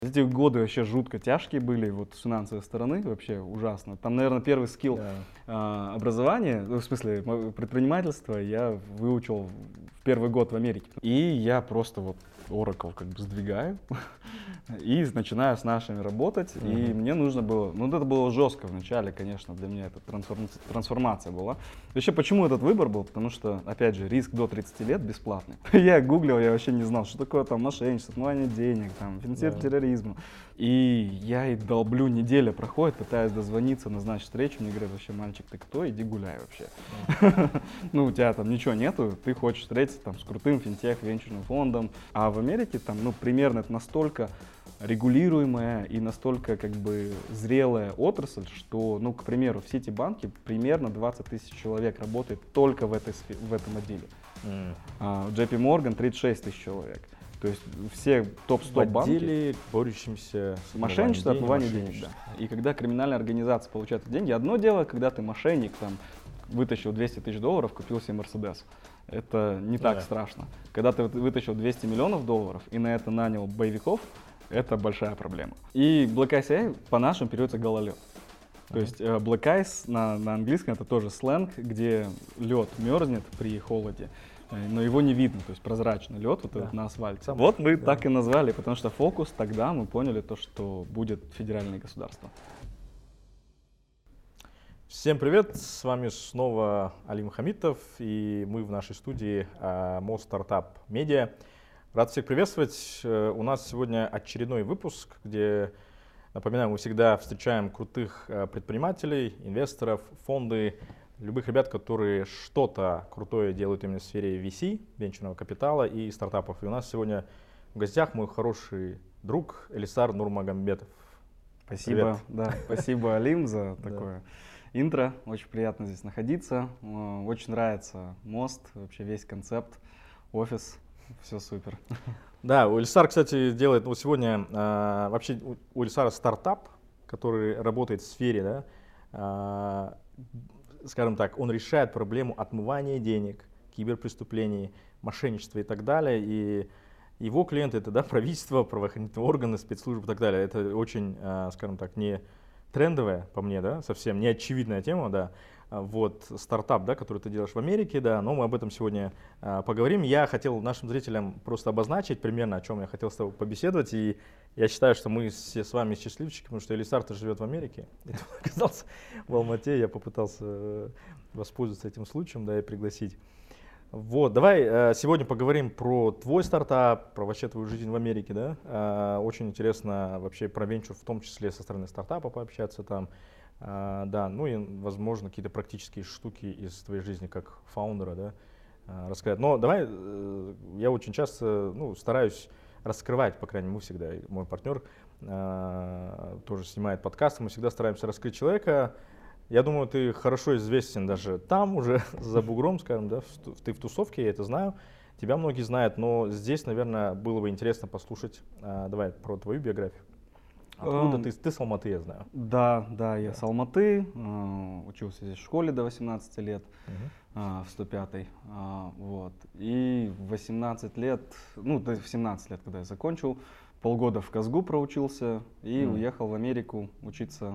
Эти годы вообще жутко тяжкие были, вот с финансовой стороны вообще ужасно. Там, наверное, первый скилл образования, ну, в смысле предпринимательства я выучил в первый год в Америке. И я просто вот Oracle как бы сдвигаю и начинаю с нашими работать. И мне нужно было, ну это было жестко вначале, конечно, для меня это трансформация была. Вообще, почему этот выбор был? Потому что, опять же, риск до 30 лет бесплатный. Я гуглил, я вообще не знал, что такое там мошенничество, отмывание денег, там, финансирование терроризма. И я и долблю, неделя проходит, пытаюсь дозвониться, назначить встречу. Мне говорят, вообще, мальчик, ты кто? Иди гуляй вообще. Ну, у тебя там ничего нету, ты хочешь встретиться там с крутым финтех, венчурным фондом. А в Америке там, ну, примерно это настолько регулируемая и настолько как бы зрелая отрасль, что, ну, к примеру, в Ситибанке примерно 20 тысяч человек работает только в этом отделе. В JP Morgan 36 тысяч человек. То есть все топ-100 банки. В отделе, борющимся с мошенничество, отмывание денег. Да. И когда криминальная организация получает деньги, одно дело, когда ты мошенник, там, вытащил 200 тысяч долларов, купил себе Мерседес. Это не так страшно. Когда ты вытащил 200 миллионов долларов и на это нанял боевиков, это большая проблема. И Black Ice AI по-нашему переводится гололед. То есть Black Ice на английском это тоже сленг, где лед мерзнет при холоде, но его не видно, то есть прозрачный лед вот этот на асфальте. Вот мы так и назвали, потому что фокус тогда мы поняли то, что будет федеральное государство. Всем привет, с вами снова Алим Хамитов, и мы в нашей студии Most Startup Media. Рад всех приветствовать. У нас сегодня очередной выпуск, где, напоминаю, мы всегда встречаем крутых предпринимателей, инвесторов, фонды, любых ребят, которые что-то крутое делают именно в сфере VC, венчурного капитала и стартапов. И у нас сегодня в гостях мой хороший друг Элисар Нурмагомедов. Спасибо, да, спасибо, Алим, за такое интро. Очень приятно здесь находиться. Очень нравится мост, вообще весь концепт, офис, все супер. Да, у Элисара, кстати, делает, вот сегодня вообще у Элисара стартап, который работает в сфере, да, скажем так, он решает проблему отмывания денег, киберпреступлений, мошенничества и так далее. И его клиенты это правительство, правоохранительные органы, спецслужбы и так далее. Это очень, скажем так, не трендовая, по мне, да, совсем не очевидная тема, да. Вот стартап, да, который ты делаешь в Америке, да, но мы об этом сегодня поговорим. Я хотел нашим зрителям просто обозначить примерно, о чем я хотел с тобой побеседовать. И я считаю, что мы все с вами счастливчики, потому что Элисар-то живет в Америке. И тут оказался в Алмате, я попытался воспользоваться этим случаем, да, и пригласить. Вот, давай сегодня поговорим про твой стартап, про вообще твою жизнь в Америке, да. Очень интересно вообще про венчур, в том числе со стороны стартапа пообщаться там. Да, ну и, возможно, какие-то практические штуки из твоей жизни как фаундера, да, рассказать. Но давай, я очень часто, ну, стараюсь раскрывать, по крайней мере, мы всегда, мой партнер тоже снимает подкасты, мы всегда стараемся раскрыть человека. Я думаю, ты хорошо известен даже там, уже за бугром, скажем, да, ты в тусовке, я это знаю, тебя многие знают, но здесь, наверное, было бы интересно послушать, давай, про твою биографию. Откуда ты с Алматы, я знаю. Да, я с Алматы, учился здесь в школе до 18 лет, в 105-й, вот. И в 18 лет, ну, в 17 лет, когда я закончил, полгода в Казгу проучился и уехал в Америку учиться,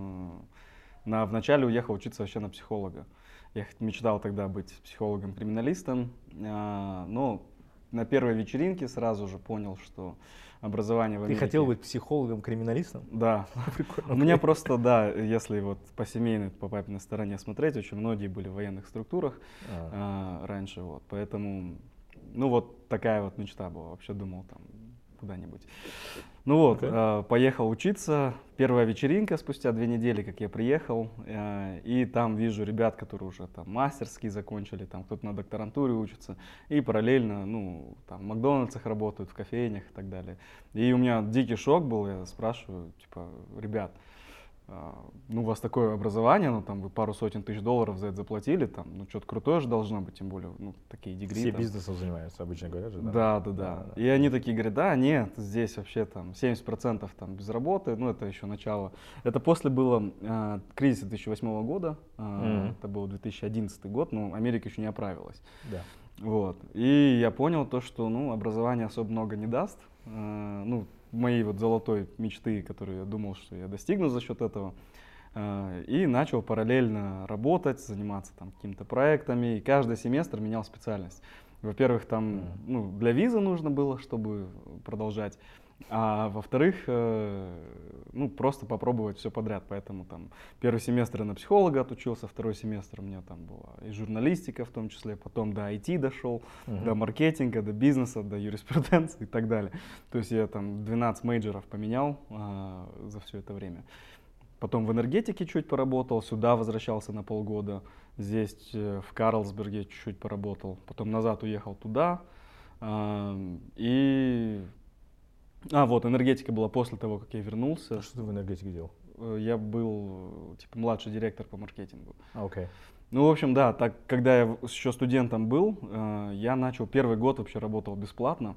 вначале уехал учиться вообще на психолога. Я мечтал тогда быть психологом-криминалистом, но на первой вечеринке сразу же понял, что образование в Америке... Ты хотел быть психологом-криминалистом? Да. У меня просто, да, если вот по семейной, по папиной стороне смотреть, очень многие были в военных структурах раньше, вот, поэтому, ну вот такая вот мечта была, вообще думал там куда-нибудь. Ну вот, поехал учиться, первая вечеринка спустя 2 недели, как я приехал, и там вижу ребят, которые уже там мастерские закончили, там кто-то на докторантуре учится, и параллельно, ну, там в Макдональдсах работают, в кофейнях и так далее. И у меня дикий шок был, я спрашиваю, типа, ребят, ну, у вас такое образование, ну, там, вы пару сотен тысяч долларов за это заплатили, там, ну, что-то крутое же должно быть, тем более, ну, такие дегри. Все бизнесом занимаются, обычно говорят же, да? Да. И они такие говорят, да, нет, здесь вообще там 70% там без работы, ну, это еще начало. Это после было кризиса 2008 года, это был 2011 год, но Америка еще не оправилась. Да. Вот, и я понял то, что, ну, образование особо много не даст, ну, моей вот золотой мечты, которую я думал, что я достигну за счет этого. И начал параллельно работать, заниматься там какими-то проектами. И каждый семестр менял специальность. Во-первых, там для визы нужно было, чтобы продолжать. А во-вторых, просто попробовать все подряд. Поэтому там первый семестр я на психолога отучился, второй семестр у меня там была и журналистика в том числе, потом до IT дошел, до маркетинга, до бизнеса, до юриспруденции и так далее. То есть я там 12 мейджоров поменял за все это время. Потом в энергетике чуть поработал, сюда возвращался на полгода, здесь в Карлсберге чуть-чуть поработал, потом назад уехал туда. Вот, энергетика была после того, как я вернулся. А что ты в энергетике делал? Я был типа младший директор по маркетингу. Окей. Ну, в общем, да, так, когда я еще студентом был, я начал, первый год вообще работал бесплатно.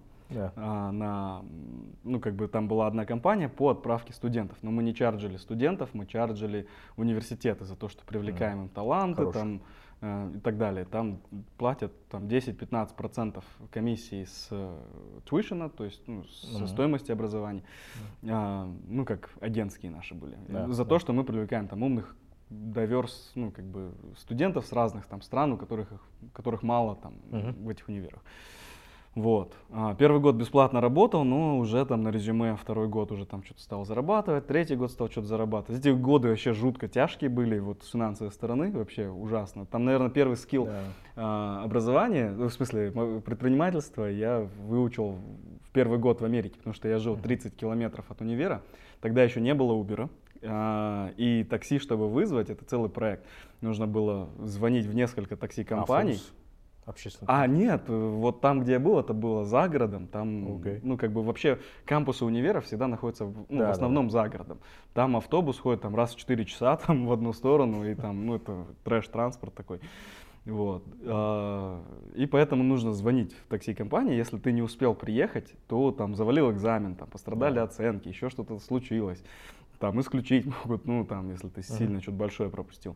Там была одна компания по отправке студентов, но мы не чарджили студентов, мы чарджили университеты за то, что привлекаем им таланты там, и так далее. Там платят 10-15% комиссии с tuition, то есть со стоимости образования, как агентские наши были, за то, что мы привлекаем там умных, diverse, студентов с разных там стран, у которых мало там в этих универах. Вот. Первый год бесплатно работал, но уже там на резюме второй год уже там что-то стал зарабатывать, третий год стал что-то зарабатывать. Эти годы вообще жутко тяжкие были, вот с финансовой стороны вообще ужасно. Там, наверное, первый скилл образования, в смысле предпринимательства я выучил в первый год в Америке, потому что я жил 30 километров от универа, тогда еще не было Uber. И такси, чтобы вызвать, это целый проект. Нужно было звонить в несколько такси-компаний. Нет, вот там, где я был, это было за городом, там, вообще кампусы универа всегда находятся в основном за городом. Там автобус ходит там раз в 4 часа там в одну сторону, и там, это трэш-транспорт такой. Вот. И поэтому нужно звонить в такси-компании, если ты не успел приехать, то там завалил экзамен, там пострадали оценки, еще что-то случилось, там исключить могут, если ты сильно что-то большое пропустил.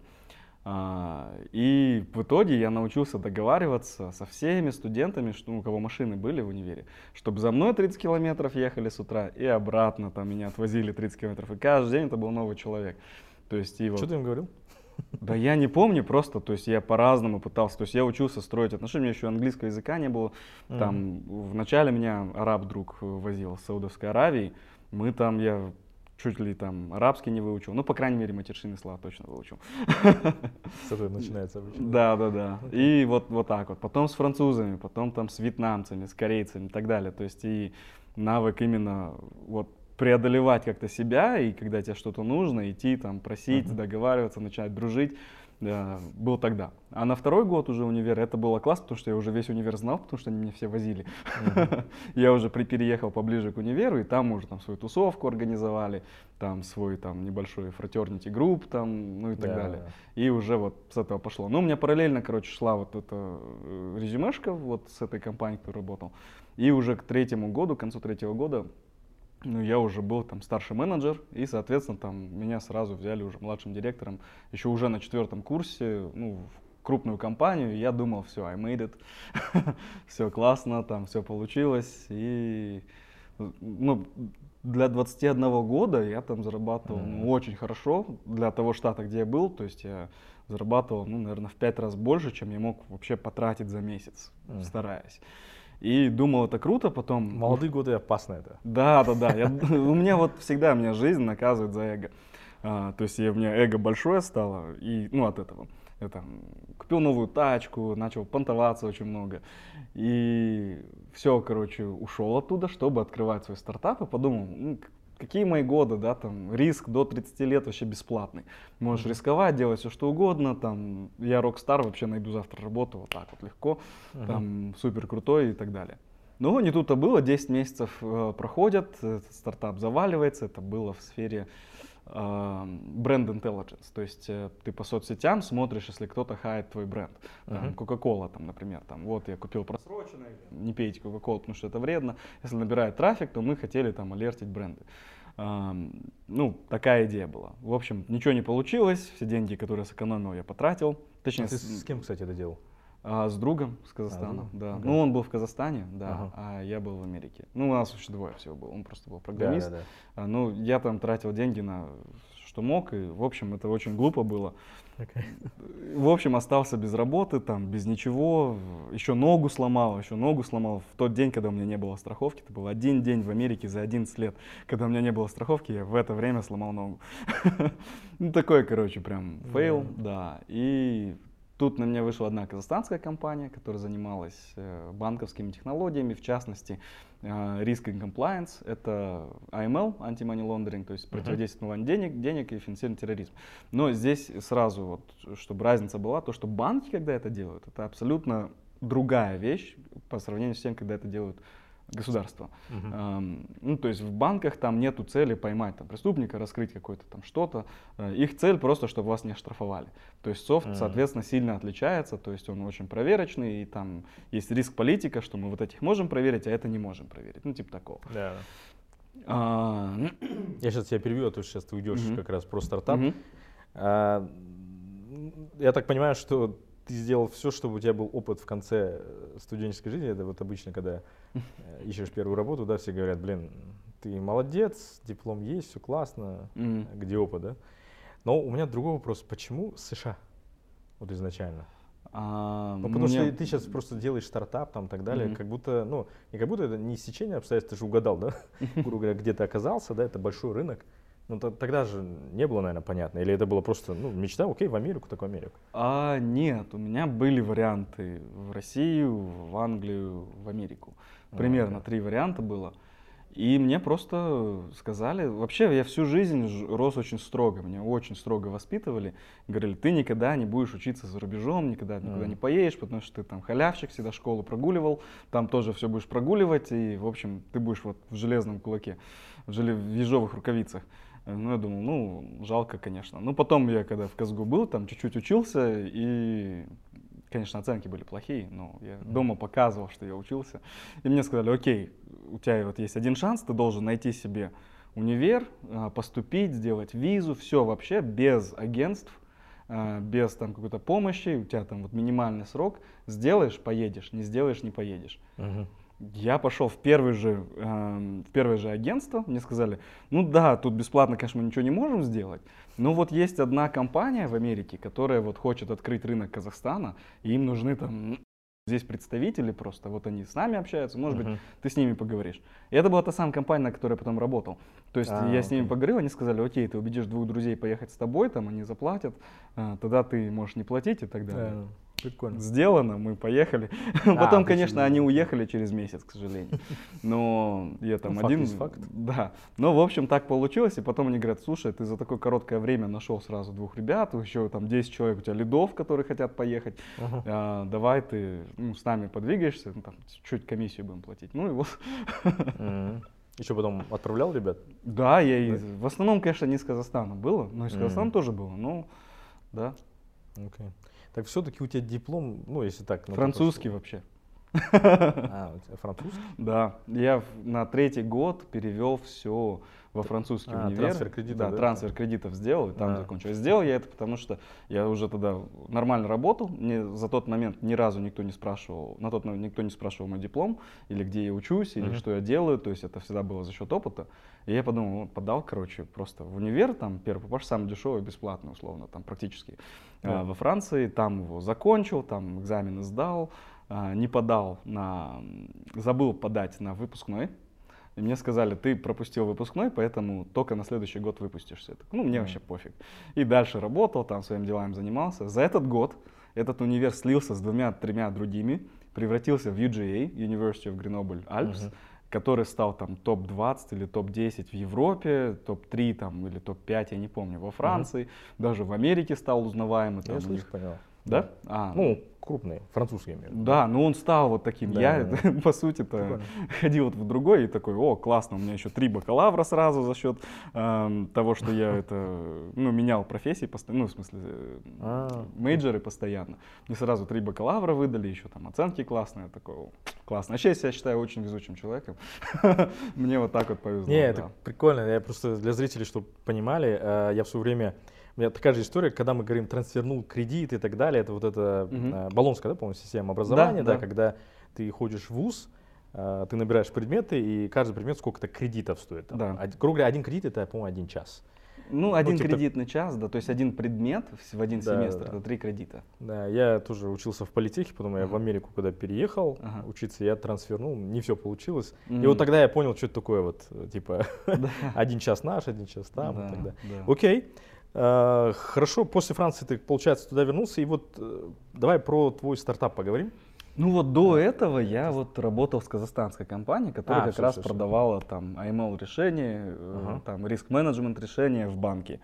И в итоге я научился договариваться со всеми студентами, у кого машины были в универе, чтобы за мной 30 километров ехали с утра и обратно там меня отвозили 30 километров. И каждый день это был новый человек. То есть, Что ты им говорил? Да я не помню просто, то есть я по-разному пытался, то есть я учился строить отношения, у меня еще английского языка не было. Там вначале меня араб-друг возил с Саудовской Аравии, я чуть ли там арабский не выучил, по крайней мере, матершинные слова точно выучил. С этого начинается обучение. Да. И вот так вот. Потом с французами, потом там с вьетнамцами, с корейцами и так далее. То есть и навык именно преодолевать как-то себя, и когда тебе что-то нужно, идти там просить, договариваться, начать дружить. Был тогда. А на второй год уже универа это было классно, потому что я уже весь универ знал, потому что они меня все возили. Я уже переехал поближе к универу, и там мы уже там свою тусовку организовали, там свой там небольшой фратернити групп, там, и так далее. И уже вот с этого пошло. Но у меня параллельно, шла вот эта резюмешка вот с этой компанией, которой работал. И уже к концу третьего года я уже был там старший менеджер, и, соответственно, там меня сразу взяли уже младшим директором, еще уже на 4-м курсе, в крупную компанию, и я думал, все, I made it, все классно, там все получилось, и для 21 года я там зарабатывал очень хорошо, для того штата, где я был, то есть я зарабатывал, наверное, в 5 раз больше, чем я мог вообще потратить за месяц, стараясь. И думал, это круто, потом... Молодые годы опасно это. Да. У меня всегда жизнь наказывает за эго. То есть у меня эго большое стало, и от этого. Я там купил новую тачку, начал понтоваться очень много. И все, ушел оттуда, чтобы открывать свой стартап. И подумал, какие мои годы, риск до 30 лет вообще бесплатный. Можешь рисковать, делать все что угодно, я рок-стар, вообще найду завтра работу, вот так вот легко, супер крутой и так далее. Но не тут-то было, 10 месяцев проходят, стартап заваливается, это было в сфере бренд intelligence, то есть ты по соцсетям смотришь, если кто-то хает твой бренд, Coca-Cola, например, вот я купил просроченный, не пейте Coca-Cola, потому что это вредно, если набирает трафик, то мы хотели алертить бренды. Такая идея была. В общем, ничего не получилось, все деньги, которые сэкономил, я потратил. Точнее, ты с кем, кстати, это делал? С другом с Казахстана, да. Okay. Ну, он был в Казахстане, да, а я был в Америке. Ну, у нас вообще двое всего было, он просто был программист. Ну, я там тратил деньги на что мог, и, в общем, это очень глупо было. Okay. В общем, остался без работы, там, без ничего, еще ногу сломал в тот день, когда у меня не было страховки. Это был один день в Америке за 11 лет, когда у меня не было страховки, я в это время сломал ногу. Ну, такой, короче, прям фейл, да. И тут на меня вышла одна казахстанская компания, которая занималась банковскими технологиями, в частности, Risk and Compliance, это AML, Anti-Money Laundering, то есть противодействие отмыванию денег и финансирование терроризма. Но здесь сразу, вот, чтобы разница была, то, что банки, когда это делают, это абсолютно другая вещь по сравнению с тем, когда это делают государства. Ну, то есть в банках там нету цели поймать там преступника, раскрыть какое-то там что-то. Их цель просто, чтобы вас не оштрафовали. То есть софт, соответственно, сильно отличается, то есть он очень проверочный, и там есть риск политика, что мы вот этих можем проверить, а это не можем проверить. Ну, типа такого. Да. Я сейчас тебя перебью, а то сейчас ты уйдешь как раз про стартап. Я так понимаю, что ты сделал все, чтобы у тебя был опыт в конце студенческой жизни. Это вот обычно, когда ищешь первую работу, да, все говорят, блин, ты молодец, диплом есть, все классно, где опыт, да? Но у меня другой вопрос, почему США? Вот изначально. Потому что ты сейчас просто делаешь стартап там и так далее, как будто, ну, не как будто это не стечение обстоятельств, ты же угадал, да? Грубо говоря, где ты оказался, да, это большой рынок. Ну, тогда же не было, наверное, понятно. Или это было просто, ну, мечта, окей, в Америку, так в Америку? Нет, у меня были варианты в Россию, в Англию, в Америку. Примерно 3 варианта было. И мне просто сказали, вообще я всю жизнь рос очень строго, меня очень строго воспитывали. Говорили, ты никогда не будешь учиться за рубежом, никогда никуда не поедешь, потому что ты там халявщик, всегда школу прогуливал, там тоже все будешь прогуливать, и, в общем, ты будешь вот в железном кулаке, в ежовых рукавицах. Ну, я думал, ну, жалко, конечно. Ну, потом я, когда в Казгу был, там чуть-чуть учился, и, конечно, оценки были плохие, но я дома показывал, что я учился. И мне сказали, окей, у тебя вот есть один шанс, ты должен найти себе универ, поступить, сделать визу, все вообще без агентств, без там какой-то помощи, у тебя там вот минимальный срок, сделаешь, поедешь, не сделаешь, не поедешь. Я пошел в первое же агентство, мне сказали, ну да, тут бесплатно, конечно, мы ничего не можем сделать, но вот есть одна компания в Америке, которая вот хочет открыть рынок Казахстана, и им нужны там здесь представители просто, вот они с нами общаются, может быть, ты с ними поговоришь. И это была та самая компания, на которой я потом работал. То есть я с ними поговорил, они сказали, окей, ты убедишь 2 друзей поехать с тобой, там они заплатят, тогда ты можешь не платить и так далее. Прикольно. Сделано, мы поехали. Потом, конечно, они уехали через месяц, к сожалению. Но я там один... Факт. Да. Но, в общем, так получилось. И потом они говорят, слушай, ты за такое короткое время нашел сразу 2 ребят, еще там 10 человек, у тебя лидов, которые хотят поехать. Давай ты с нами подвигаешься, там, чуть комиссию будем платить. Ну и вот. И что, потом отправлял ребят? Да, в основном, конечно, не из Казахстана было, но из Казахстана тоже было. Ну, да. Okay. Так все-таки у тебя диплом, ну если так. Французский вообще. У тебя французский? Да, я на 3-й год перевел все во французский универ. Трансфер кредитов, да? Трансфер кредитов сделал и там закончил. Сделал я это, потому что я уже тогда нормально работал. Мне за тот момент ни разу никто не спрашивал, на тот момент никто не спрашивал мой диплом, или где я учусь, или что я делаю. То есть это всегда было за счет опыта. И я подумал, вот, подал, короче, просто в универ, там первый попаш, самый дешевый, бесплатный, условно, там практически. Во Франции, там его закончил, там экзамены сдал. Не подал забыл подать на выпускной. И мне сказали, ты пропустил выпускной, поэтому только на следующий год выпустишься. Ну, мне вообще пофиг. И дальше работал, там своими делами занимался. За этот год этот универ слился с 2-3 другими, превратился в UGA, University of Grenoble Alpes, который стал там топ-20 или топ-10 в Европе, топ-3 там, или топ-5, я не помню, во Франции, даже в Америке стал узнаваемый. Я слышу, понял. Да? Ну, крупный, французский, я имею в виду. Да, но он стал вот таким. Да, я, по сути-то, ходил вот в другой и такой, о, классно, у меня еще 3 бакалавра сразу за счет того, что я менял профессии, ну, в смысле, мейджоры постоянно. Мне сразу 3 бакалавра выдали, еще там оценки классные, такой, классно. Вообще, я себя считаю очень везучим человеком. Мне вот так вот повезло. Не, это прикольно, я просто для зрителей, чтобы понимали, я в свое время У меня такая же история, когда мы говорим трансфернул кредит и так далее, это вот это болонская, да, по-моему, система образования, да, когда ты ходишь в вуз, ты набираешь предметы, и каждый предмет сколько-то кредитов стоит. Там. Да. Грубо говоря, один кредит это, по-моему, 1 час. Ну, один кредитный час, да, то есть один предмет в один семестр, это 3 кредита. Да, я тоже учился в политехе, потом я в Америку, когда переехал учиться, я трансфернул, не все получилось. И вот тогда я понял, что это такое, вот, типа, 1 час наш, 1 час там, и так далее. Окей, хорошо, после Франции ты, получается, туда вернулся, и вот давай про твой стартап поговорим. Ну вот до этого я вот работал с казахстанской компанией, которая как раз продавала там AML решения, там риск-менеджмент решения в банке.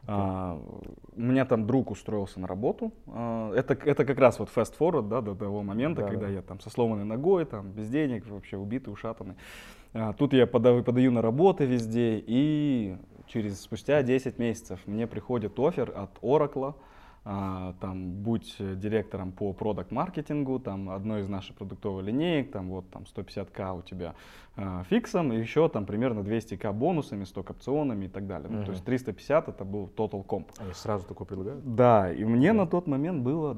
У меня там друг устроился на работу. Это как раз вот fast forward, да, до того момента, когда я там со сломанной ногой, там без денег, вообще убитый, ушатанный. Тут я подаю на работы везде, и спустя 10 месяцев мне приходит оффер от Oracle. Там, будь директором по продакт-маркетингу, там, одной из наших продуктовых линеек, там, вот, там, 150к у тебя фиксом, и еще там примерно 200к бонусами, сток-опционами и так далее. Ну, то есть 350 это был total comp. Они сразу такое предлагают? Да, и мне на тот момент было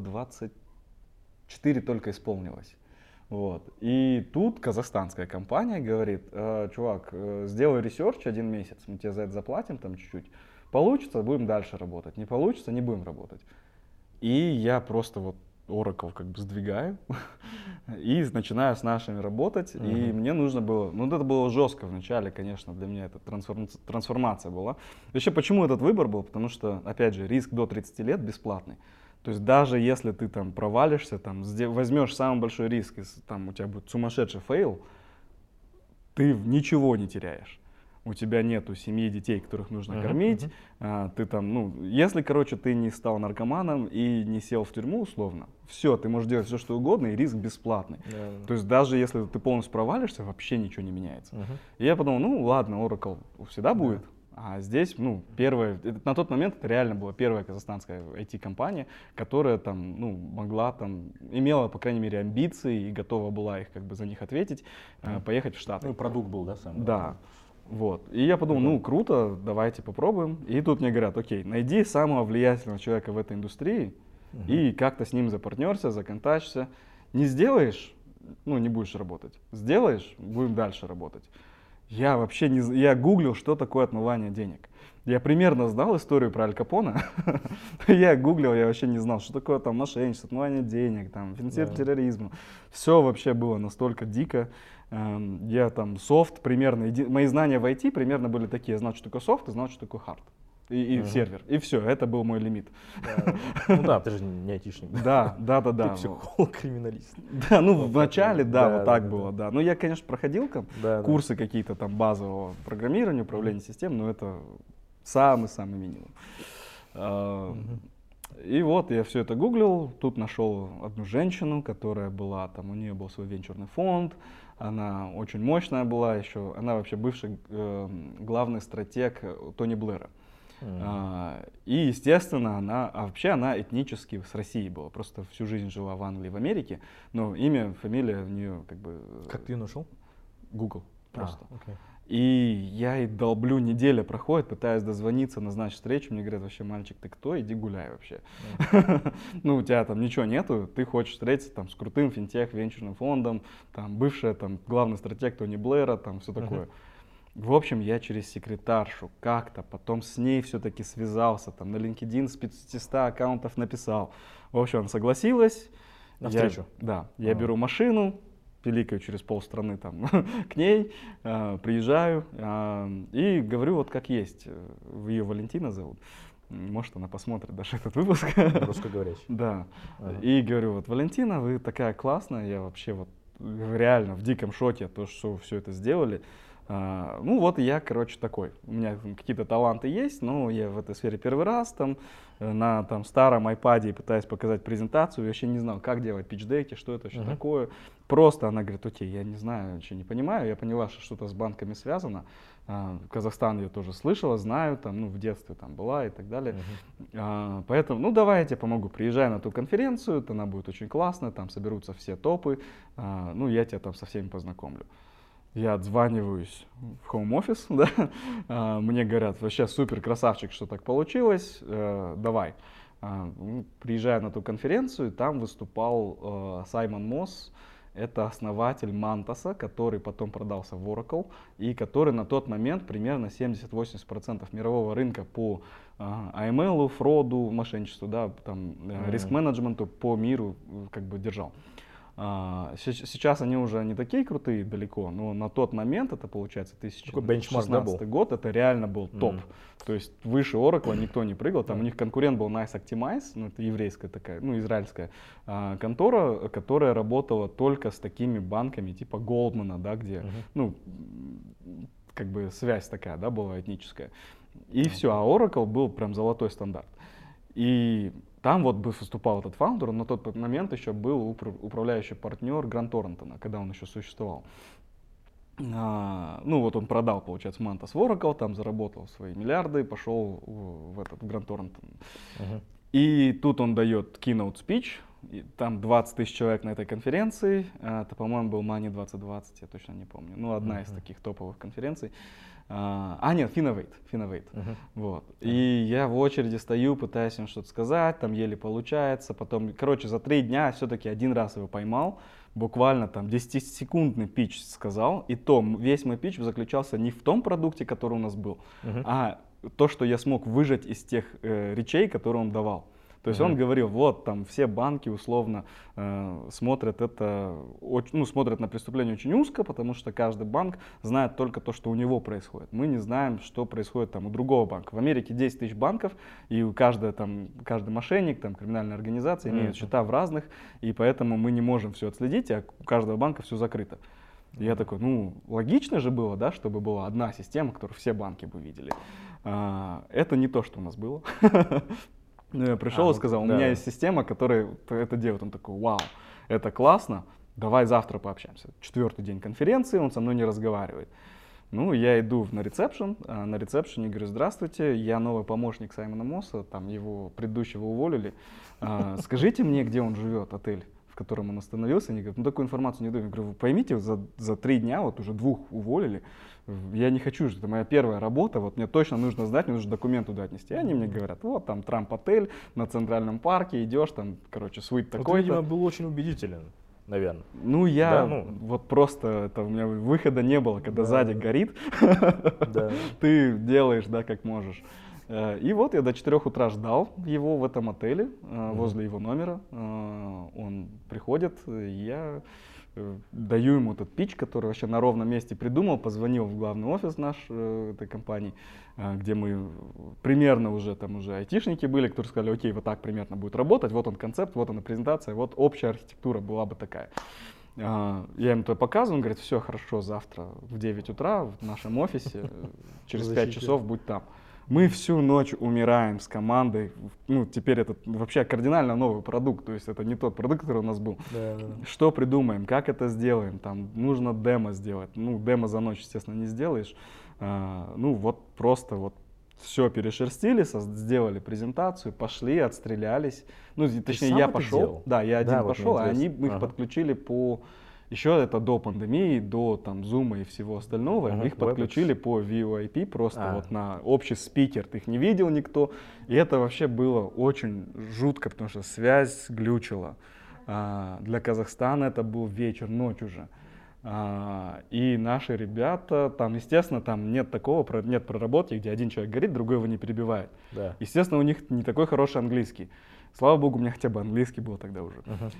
24 только исполнилось. Вот. И тут казахстанская компания говорит: чувак, сделай ресерч 1 месяц, мы тебе за это заплатим там чуть-чуть. Получится, будем дальше работать. Не получится, не будем работать. И я просто вот Oracle как бы сдвигаю и начинаю с нашими работать. И мне нужно было, ну это было жестко вначале, конечно, для меня это трансформация была. Еще почему этот выбор был? Потому что, опять же, риск до 30 лет бесплатный. То есть даже если ты там провалишься, там, возьмешь самый большой риск, и там у тебя будет сумасшедший фейл, ты ничего не теряешь. У тебя нету семьи, детей, которых нужно кормить, ты там, ну, если, короче, ты не стал наркоманом и не сел в тюрьму условно, все, ты можешь делать все, что угодно, и риск бесплатный. То есть даже если ты полностью провалишься, вообще ничего не меняется. И я подумал, ну ладно, Oracle всегда будет, а здесь, ну, на тот момент это реально была первая казахстанская IT-компания, которая там, ну, могла там, имела, по крайней мере, амбиции и готова была их как бы за них ответить, поехать в Штаты. Ну и продукт был, да, сам? Да. Вот. И я подумал, ну круто, давайте попробуем. И тут мне говорят: окей, найди самого влиятельного человека в этой индустрии и как-то с ним запартнерься, законтачься. Не сделаешь, ну не будешь работать. Сделаешь, будем дальше работать. Я вообще я гуглил, что такое отмывание денег. Я примерно знал историю про Аль Капоне. Я гуглил, я вообще не знал, что такое там мошенничество, отмывание денег, там, финансирование терроризма. Все вообще было настолько дико. Я там софт примерно, мои знания в IT примерно были такие: я знал, что такое софт, и знал, что такое хард. И сервер. И все, это был мой лимит. Ну да, ты же не айтишник. Да. Ты психолог, криминалист. Да, ну в начале, да, вот так было, да. Ну я, конечно, проходил курсы какие-то там базового программирования, управления систем, но это самый-самый минимум. И вот я все это гуглил, тут нашел одну женщину, которая была там, у нее был свой венчурный фонд, она очень мощная была еще, она вообще бывший главный стратег Тони Блэра. И, естественно, вообще она этнически с России была, просто всю жизнь жила в Англии, в Америке, но имя, фамилия у нее как бы... Как ты ее нашел? Google просто. Okay. И я ей долблю, неделя проходит, пытаюсь дозвониться, назначить встречу, мне говорят: вообще, мальчик, ты кто? Иди гуляй вообще. Ну, у тебя там ничего нету, ты хочешь встретиться там с крутым финтех, венчурным фондом, там бывшая там главный стратег Тони Блэра, там все такое. В общем, я через секретаршу как-то потом с ней все-таки связался, там на LinkedIn с 500 аккаунтов написал. В общем, она согласилась. На встречу? Да, я беру машину, пиликаю через полстраны там к ней, приезжаю и говорю вот как есть. Ее Валентина зовут. Может, она посмотрит даже этот выпуск. Русскоговорящий. Да. И говорю: вот, Валентина, вы такая классная, я вообще вот реально в диком шоке от того, что все это сделали. Ну вот я, короче, такой. У меня какие-то таланты есть, но я в этой сфере первый раз там на там старом iPad пытаюсь показать презентацию, я вообще не знал, как делать питч-деки, что это вообще такое. Просто она говорит: окей, я не знаю, ничего не понимаю. Я поняла, что что-то с банками связано. Казахстан я тоже слышала, знаю, там, ну, в детстве там была и так далее. Поэтому, ну, давай я тебе помогу. Приезжай на ту конференцию, она будет очень классная, там соберутся все топы, ну, я тебя там со всеми познакомлю. Я отзваниваюсь в home office, да, мне говорят, вообще супер, красавчик, что так получилось, давай. Приезжаю на ту конференцию, там выступал Саймон Мосс, это основатель Мантаса, который потом продался в Oracle, и который на тот момент примерно 70-80% мирового рынка по AML, фроду, мошенничеству, да, там, риск-менеджменту по миру как бы держал. Сейчас они уже не такие крутые далеко, но на тот момент, это получается 2016 год, это реально был топ. То есть выше Oracle никто не прыгал, там у них конкурент был Nice Optimize, ну, это еврейская такая, ну израильская контора, которая работала только с такими банками типа Goldman, да, где, ну, как бы связь такая, да, была этническая. И все, а Oracle был прям золотой стандарт. И там вот бы выступал этот фаундер, он на тот момент еще был управляющий партнер Грант Торрентона, когда он еще существовал. Ну вот он продал, получается, Мантас в Oracle, там заработал свои миллиарды, пошел в этот Грант Торрентон. И тут он дает keynote speech, и там 20 тысяч человек на этой конференции, это, по-моему, был Money 2020, я точно не помню, ну одна из таких топовых конференций. Нет, Finovate. Вот. И я в очереди стою, пытаюсь им что-то сказать, там еле получается. Потом, короче, за 3 дня все-таки один раз его поймал. Буквально там 10-секундный питч сказал. И то весь мой питч заключался не в том продукте, который у нас был, а то, что я смог выжать из тех речей, которые он давал. То есть он говорил, вот там все банки условно смотрят это, ну, смотрят на преступление очень узко, потому что каждый банк знает только то, что у него происходит. Мы не знаем, что происходит там у другого банка. В Америке 10 тысяч банков, и каждый мошенник, там, криминальная организация имеют счета в разных, и поэтому мы не можем все отследить, а у каждого банка все закрыто. И я такой, ну, логично же было, да, чтобы была одна система, которую все банки бы видели. Это не то, что у нас было. Ну, я пришел и сказал, у меня есть система, которая это делает. Он такой, вау, это классно, давай завтра пообщаемся. 4-й день конференции, он со мной не разговаривает. Ну, я иду на ресепшн, на ресепшене говорю, здравствуйте, я новый помощник Саймона Мосса, там его предыдущего уволили. Скажите мне, где он живет, отель, в котором он остановился. Они говорят, ну, такую информацию не даю. Я говорю, вы поймите, за 3 дня вот уже 2 уволили. Я не хочу, что это моя первая работа, вот мне точно нужно знать, мне нужно документ туда отнести. И они мне говорят, вот там Трамп-отель на Центральном парке, идешь, там, короче, суит такой-то. Ты, видимо, был очень убедителен, наверное. Ну, вот просто, это у меня выхода не было, когда сзади горит, ты делаешь, да, как можешь. И вот я до 4 утра ждал его в этом отеле, возле его номера. Он приходит, я даю ему этот питч, который вообще на ровном месте придумал, позвонил в главный офис наш этой компании, где мы примерно уже айтишники были, которые сказали, окей, вот так примерно будет работать, вот он концепт, вот она презентация, вот общая архитектура была бы такая. Я им это показываю, он говорит, все хорошо, завтра в 9 утра в нашем офисе, через 5 часов будь там. Мы всю ночь умираем с командой, ну, теперь это вообще кардинально новый продукт, то есть это не тот продукт, который у нас был. Что придумаем, как это сделаем, там нужно демо сделать, ну, демо за ночь, естественно, не сделаешь. Ну, вот просто вот все перешерстили, сделали презентацию, пошли, отстрелялись. Ну, точнее, я пошел, да, я один пошел, а они их подключили по... Еще это до пандемии, до там Zoom и всего остального, их подключили по VoIP просто вот на общий спикер, ты их не видел никто, и это вообще было очень жутко, потому что связь глючила. Для Казахстана это был вечер, ночь уже. И наши ребята, там, естественно, там нет такого, нет проработки, где один человек говорит, другой его не перебивает. Естественно, у них не такой хороший английский. Слава богу, у меня хотя бы английский был тогда уже.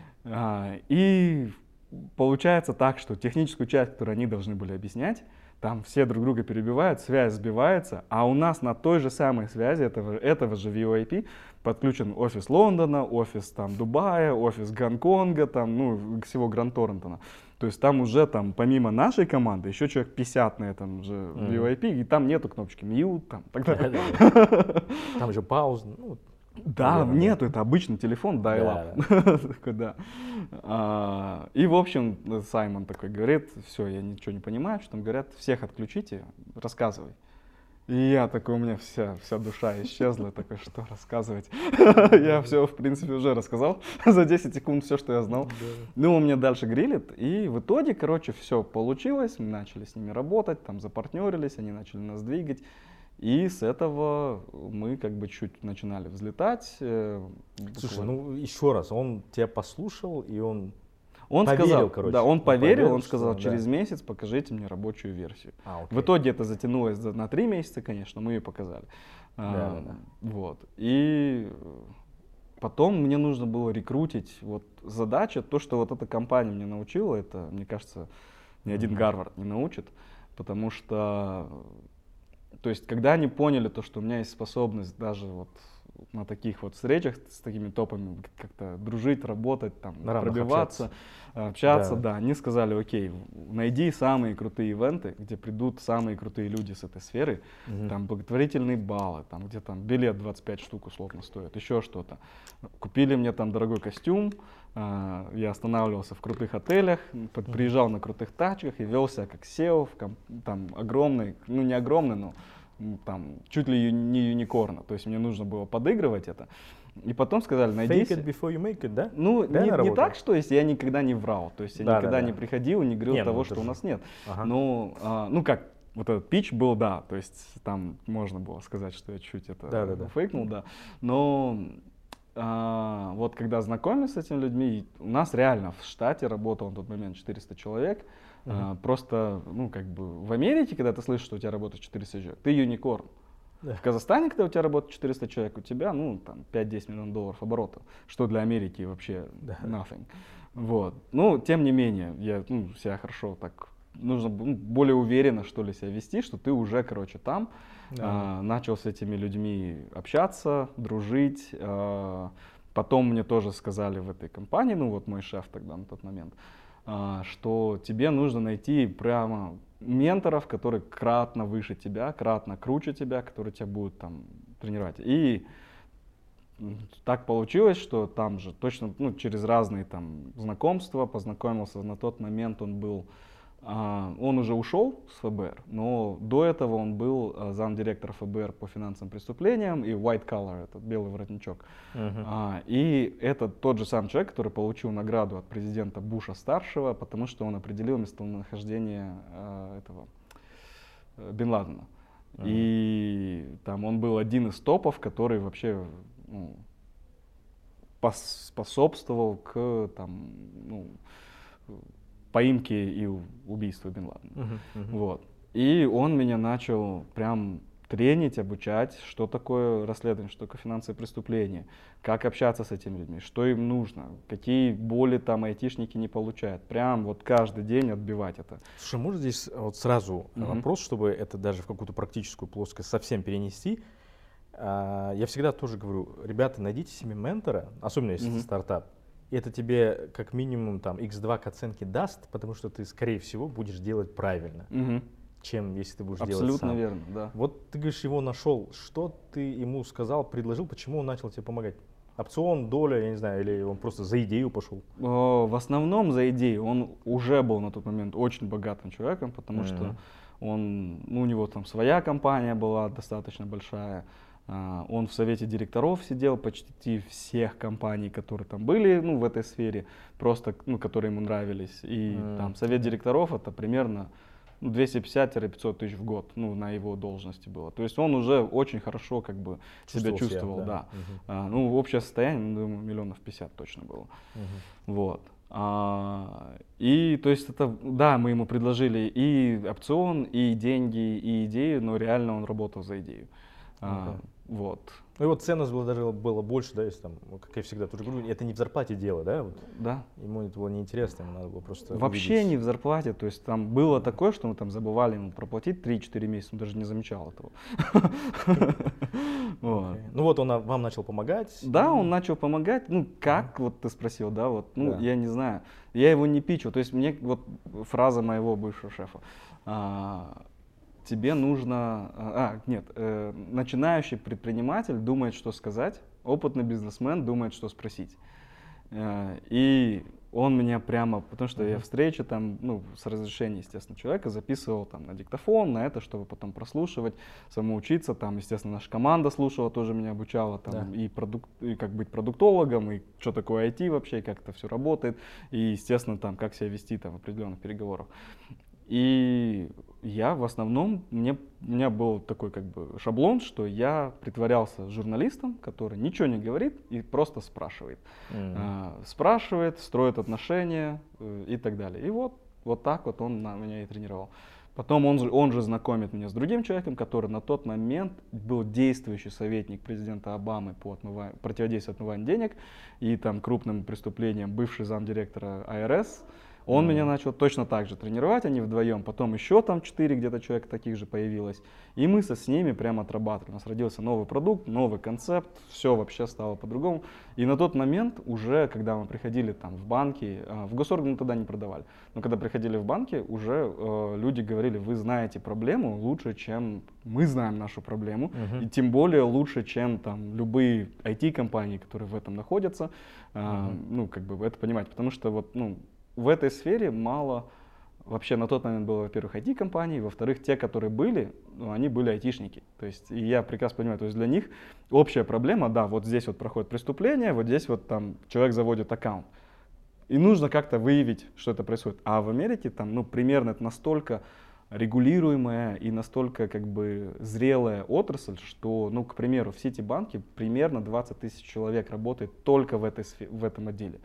И получается так, что техническую часть, которую они должны были объяснять, там все друг друга перебивают, связь сбивается, а у нас на той же самой связи этого же VoIP подключен офис Лондона, офис там Дубая, офис Гонконга, там, ну, всего Грант Торрентона. То есть там уже там помимо нашей команды еще человек 50 на этом же VoIP, и там нету кнопочки mute, там, так далее. Там еще пауза. Да, нету, это обычный телефон, dial-up. И, в общем, Саймон такой говорит, все, я ничего не понимаю, что там говорят, всех отключите, рассказывай. И я такой, у меня вся душа исчезла, такой, что рассказывать? Я все, в принципе, уже рассказал за 10 секунд все, что я знал. Ну, он меня дальше грилит, и в итоге, короче, все получилось, мы начали с ними работать, там запартнерились, они начали нас двигать. И с этого мы как бы чуть начинали взлетать. Слушай, ну еще раз, он тебя послушал, и он поверил, сказал, короче. Да, он поверил, он сказал, что, через месяц покажите мне рабочую версию. Окей. В итоге это затянулось на 3 месяца, конечно, мы ее показали. Вот. И потом мне нужно было рекрутить. Вот задача, то, что вот эта компания меня научила, это, мне кажется, ни один Гарвард не научит, потому что, то есть, когда они поняли то, что у меня есть способность даже вот на таких вот встречах с такими топами как-то дружить, работать, там, пробиваться, общаться, да, они сказали, окей, найди самые крутые ивенты, где придут самые крутые люди с этой сферы, там благотворительные баллы, там, где там билет 25 штук условно стоит, еще что-то. Купили мне там дорогой костюм, я останавливался в крутых отелях, приезжал на крутых тачках и вел себя как SEO, там огромный, ну не огромный, но там чуть ли не юникорна, то есть мне нужно было подыгрывать это. И потом сказали, найди... Fake it before you make it, да? Ну, не так, что есть, я никогда не врал, то есть я никогда не приходил и не говорил того, что у нас нет. Ну, как, вот этот питч был, да, то есть там можно было сказать, что я чуть это фейкнул, да. Но вот когда знакомились с этими людьми, у нас реально в штате работало на тот момент 400 человек. Просто, ну, как бы в Америке, когда ты слышишь, что у тебя работает 400 человек, ты юникорн. В Казахстане, когда у тебя работает 400 человек, у тебя, ну, там, 5-10 миллионов долларов оборота, что для Америки вообще nothing. Вот. Ну, тем не менее, я себя хорошо так, нужно более уверенно, что ли, себя вести, что ты уже, короче, там, начал с этими людьми общаться, дружить. Потом мне тоже сказали в этой компании, ну, вот мой шеф тогда на тот момент, что тебе нужно найти прямо менторов, которые кратно выше тебя, кратно круче тебя, которые тебя будут там тренировать. И так получилось, что там же точно, ну, через разные там знакомства познакомился. На тот момент он был, он уже ушел с ФБР, но до этого он был замдиректора ФБР по финансовым преступлениям и white collar, этот белый воротничок. И это тот же самый человек, который получил награду от президента Буша-старшего, потому что он определил местонахождение этого Бен Ладена. И там он был один из топов, который вообще способствовал к там, поимке и убийству Бен Ладена. Вот. И он меня начал прям тренить, обучать, что такое расследование, что такое финансовые преступления, как общаться с этими людьми, что им нужно, какие боли там айтишники не получают. Прям вот каждый день отбивать это. Слушай, можно здесь вот сразу вопрос, чтобы это даже в какую-то практическую плоскость совсем перенести? Я всегда тоже говорю, ребята, найдите себе ментора, особенно если это стартап, и это тебе как минимум там x2 к оценке даст, потому что ты, скорее всего, будешь делать правильно, чем если ты будешь делать сам. Абсолютно верно, да. Вот ты говоришь, его нашел, что ты ему сказал, предложил, почему он начал тебе помогать? Опцион, доля, я не знаю, или он просто за идею пошел? В основном за идею. Он уже был на тот момент очень богатым человеком, потому что он, у него там своя компания была достаточно большая. Он в совете директоров сидел почти всех компаний, которые там были, ну, в этой сфере, просто, которые ему нравились. И там совет директоров это примерно 250-500 тысяч в год, на его должности было. То есть он уже очень хорошо как бы себя чувствовал, да. Общее состояние, думаю, 50 миллионов точно было. Вот. И то есть это, да, мы ему предложили и опцион, и деньги, и идею, но реально он работал за идею. Вот. Ну и вот ценность было больше, да, если там, как я всегда тоже говорю, это не в зарплате дело, да? Вот. Да. Ему это было неинтересно, ему надо было просто вообще увидеть. Не в зарплате, то есть там было такое, что мы там забывали ему проплатить 3-4 месяца, он даже не замечал этого. Ну вот он вам начал помогать. Да, он начал помогать, как, вот ты спросил, да, вот, я не знаю, я его не пичу, то есть мне вот фраза моего бывшего шефа. Тебе нужно... начинающий предприниматель думает, что сказать, опытный бизнесмен думает, что спросить. И он меня прямо, потому что я встречи там, ну, с разрешения, естественно, человека записывал там на диктофон, на это, чтобы потом прослушивать, самоучиться, там, естественно, наша команда слушала, тоже меня обучала, там, и как быть продуктологом, и что такое IT вообще, и как это все работает, и, естественно, там, как себя вести там в определенных переговорах. И я в основном, у меня был такой как бы шаблон, что я притворялся журналистом, который ничего не говорит и просто спрашивает. Спрашивает, строит отношения и так далее. И вот так вот он меня и тренировал. Потом он же знакомит меня с другим человеком, который на тот момент был действующий советник президента Обамы по противодействию отмыванию денег и там крупным преступлениям, бывший замдиректора АРС. Он меня начал точно так же тренировать, они вдвоем, потом еще там 4 где-то человека таких же появилось. И мы с ними прямо отрабатывали. У нас родился новый продукт, новый концепт, все вообще стало по-другому. И на тот момент уже, когда мы приходили там в банки, в госорганы тогда не продавали, но когда приходили в банки, уже люди говорили, вы знаете проблему лучше, чем мы знаем нашу проблему, и тем более лучше, чем там любые IT-компании, которые в этом находятся, ну как бы это понимать, потому что вот, ну, в этой сфере мало, вообще на тот момент было, во-первых, IT-компаний, во-вторых, те, которые были, ну, они были айтишники. То есть, и я прекрасно понимаю, то есть для них общая проблема, да, вот здесь вот проходит преступление, вот здесь вот там человек заводит аккаунт. И нужно как-то выявить, что это происходит. А в Америке там, ну, примерно это настолько регулируемая и настолько как бы зрелая отрасль, что, ну, к примеру, в Ситибанке примерно 20 тысяч человек работает только в этом отделе.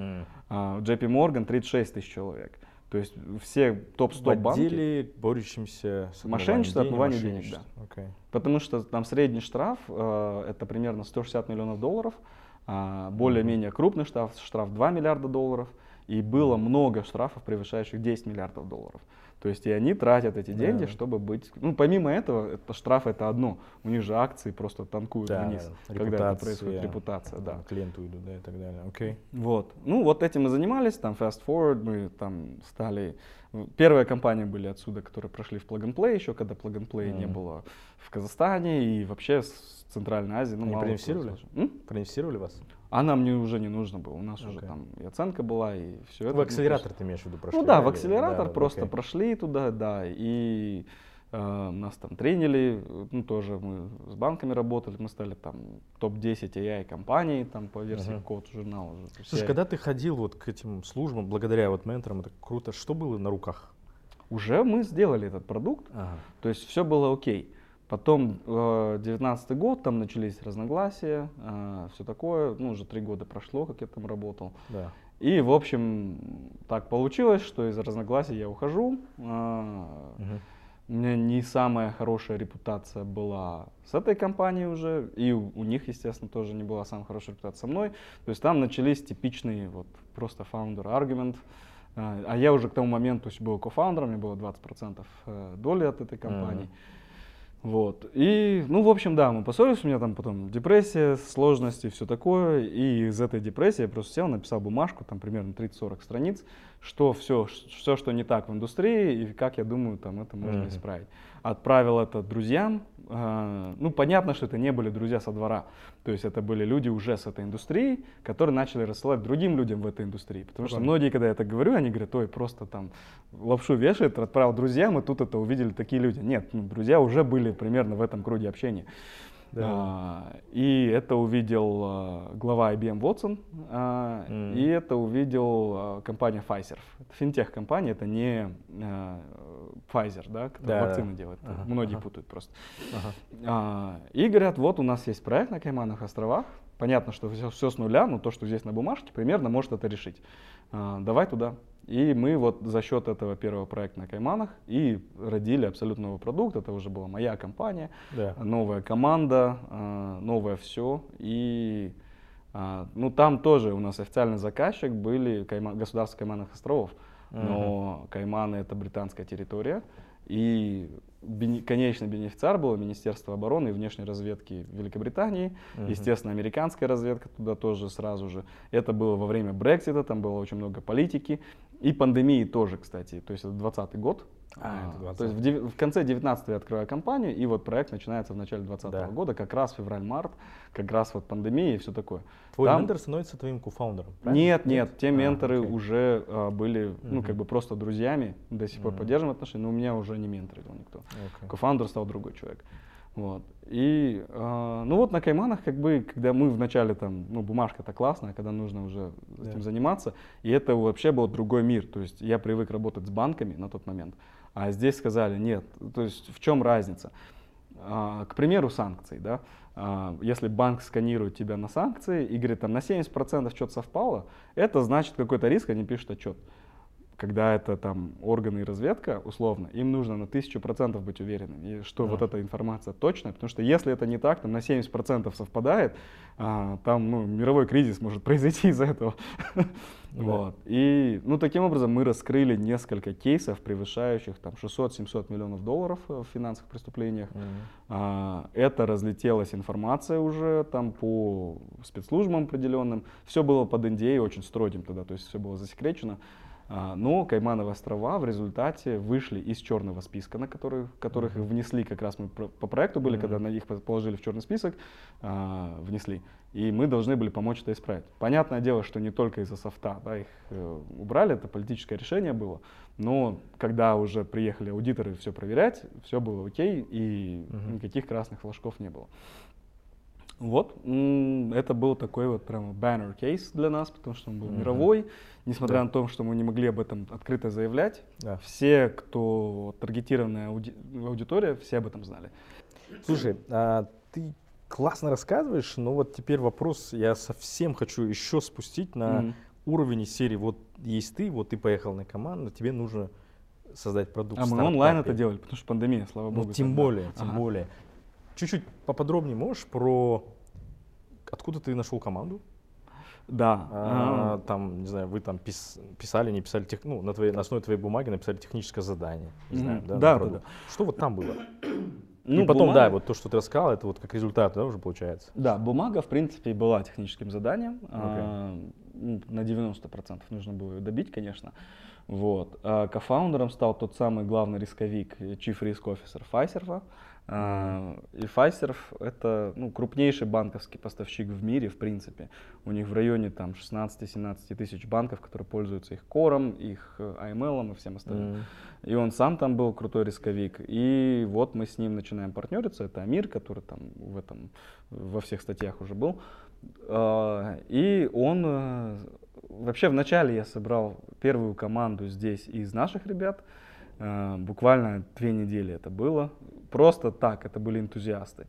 JP Morgan 36 тысяч человек. То есть все топ-100 банки. В отделе, борющимся с отмыванием денег, да. Okay. Потому что там средний штраф это примерно 160 миллионов долларов, более-менее крупный штраф 2 миллиарда долларов, и было много штрафов, превышающих 10 миллиардов долларов. То есть и они тратят эти деньги, чтобы быть... Ну, помимо этого, штраф это одно. У них же акции просто танкуют вниз, когда это происходит, репутация. Да. Клиенту идут, да, и так далее. Okay. Вот. Ну, вот этим мы занимались, там, fast forward, мы там стали... Первые компании были отсюда, которые прошли в Plug and Play еще, когда Plug and Play не было в Казахстане и вообще в Центральной Азии. Ну, они проинвестировали? Проинвестировали вас? А нам уже не нужно было, у нас уже там и оценка была, и все это. В акселератор ты имеешь в виду прошли? Ну да, в акселератор просто прошли туда, да, и нас там тренили, ну тоже мы с банками работали, мы стали там топ-10 AI компаний там по версии Код журнала. Слушай, когда ты ходил вот к этим службам, благодаря вот менторам, это круто, что было на руках? Уже мы сделали этот продукт, то есть все было окей. Потом 19-й год, там начались разногласия, все такое, ну уже 3 года прошло, как я там работал. Да. И в общем так получилось, что из-за разногласий я ухожу. У меня не самая хорошая репутация была с этой компанией уже, и у них, естественно, тоже не была самая хорошая репутация со мной. То есть там начались типичные вот просто founder argument. А я уже к тому моменту был кофаундером, мне было 20% доли от этой компании. Вот. И, ну, в общем, да, мы поссорились, у меня там потом депрессия, сложности, все такое. И из этой депрессии я просто сел, написал бумажку, там примерно 30-40 страниц, что все, что не так в индустрии, и как я думаю, там это можно исправить. Отправил это друзьям. Ну, понятно, что это не были друзья со двора. То есть это были люди уже с этой индустрии, которые начали рассылать другим людям в этой индустрии. Потому что многие, когда я так говорю, они говорят, ой, просто там лапшу вешает, отправил друзьям, и тут это увидели такие люди. Нет, ну, друзья уже были примерно в этом круге общения. Да. И это увидел глава IBM Watson, и это увидел компания Pfizer. Это финтех-компания, это не Pfizer, да, которая вакцины делает. Многие путают просто. И говорят, вот у нас есть проект на Каймановых островах. Понятно, что все с нуля, но то, что здесь на бумажке, примерно может это решить. Давай туда. И мы вот за счет этого первого проекта на Кайманах и родили абсолютно новый продукт. Это уже была моя компания, новая команда, новое все. И ну, там тоже у нас официальный заказчик были государство Каймановых островов. Но Кайманы — это британская территория. И конечный бенефициар было Министерство обороны и внешней разведки Великобритании. Естественно, американская разведка туда тоже сразу же. Это было во время Брексита, там было очень много политики. И пандемии тоже, кстати. То есть это 2020 год. То есть в конце 19 я открываю компанию, и вот проект начинается в начале 2020 года, как раз февраль-март, как раз вот пандемия и все такое. Твой ментор становится твоим кофаундером? Нет, те менторы уже были, ну, как бы просто друзьями, до сих пор поддерживаем отношения, но у меня уже не менторил никто. Кофаундер стал другой человек. Вот. И, ну вот на Кайманах, как бы, когда мы вначале там, ну, бумажка-то классная, когда нужно уже этим заниматься, и это вообще был другой мир. То есть я привык работать с банками на тот момент, а здесь сказали, нет, то есть в чем разница? К примеру, санкции, да. Если банк сканирует тебя на санкции и говорит, там на 70% что-то совпало, это значит какой-то риск, они пишут отчет. Когда это там органы и разведка, условно, им нужно на 1000% быть уверенными, что вот эта информация точная, потому что если это не так, там на 70% совпадает, там, ну, мировой кризис может произойти из-за этого. Вот. И, ну, таким образом мы раскрыли несколько кейсов, превышающих там 600-700 миллионов долларов в финансовых преступлениях. Это разлетелась информация уже там по спецслужбам определенным. Все было под NDA очень строгим тогда, то есть все было засекречено. Но Каймановы острова в результате вышли из черного списка, на которых их внесли, как раз мы по проекту были, когда на их положили в черный список, внесли. И мы должны были помочь это исправить. Понятное дело, что не только из-за софта, да, их убрали, это политическое решение было. Но когда уже приехали аудиторы все проверять, все было окей, и никаких красных флажков не было. Вот, это был такой вот прямо banner кейс для нас, потому что он был мировой, несмотря на то, что мы не могли об этом открыто заявлять. Все, кто таргетированная аудитория, все об этом знали. Слушай, ты классно рассказываешь, но вот теперь вопрос, я совсем хочу еще спустить на уровень из серии, вот есть ты, вот ты поехал на команду, тебе нужно создать продукт. А мы онлайн это делали, потому что пандемия, слава богу. Ну, тем более. Чуть-чуть поподробнее можешь про откуда ты нашел команду? Да. Там, не знаю, вы там писали, не писали, ну, на основе твоей бумаги написали техническое задание. Не знаю, да. Что вот там было? Ну, и потом, бумага... да, вот то, что ты рассказал, это вот как результат, да, уже получается? Да, бумага, в принципе, была техническим заданием. На 90% нужно было ее добить, конечно. Вот. Кофаундером стал тот самый главный рисковик, Chief Risk Officer Fiserv. И Fiserv это, ну, крупнейший банковский поставщик в мире, в принципе. У них в районе там 16-17 тысяч банков, которые пользуются их кором, их AML и всем остальным. И он сам там был крутой рисковик. И вот мы с ним начинаем партнериться. Это Амир, который там во всех статьях уже был. И он вообще вначале я собрал первую команду здесь из наших ребят. Буквально 2 недели это было. Просто так, это были энтузиасты.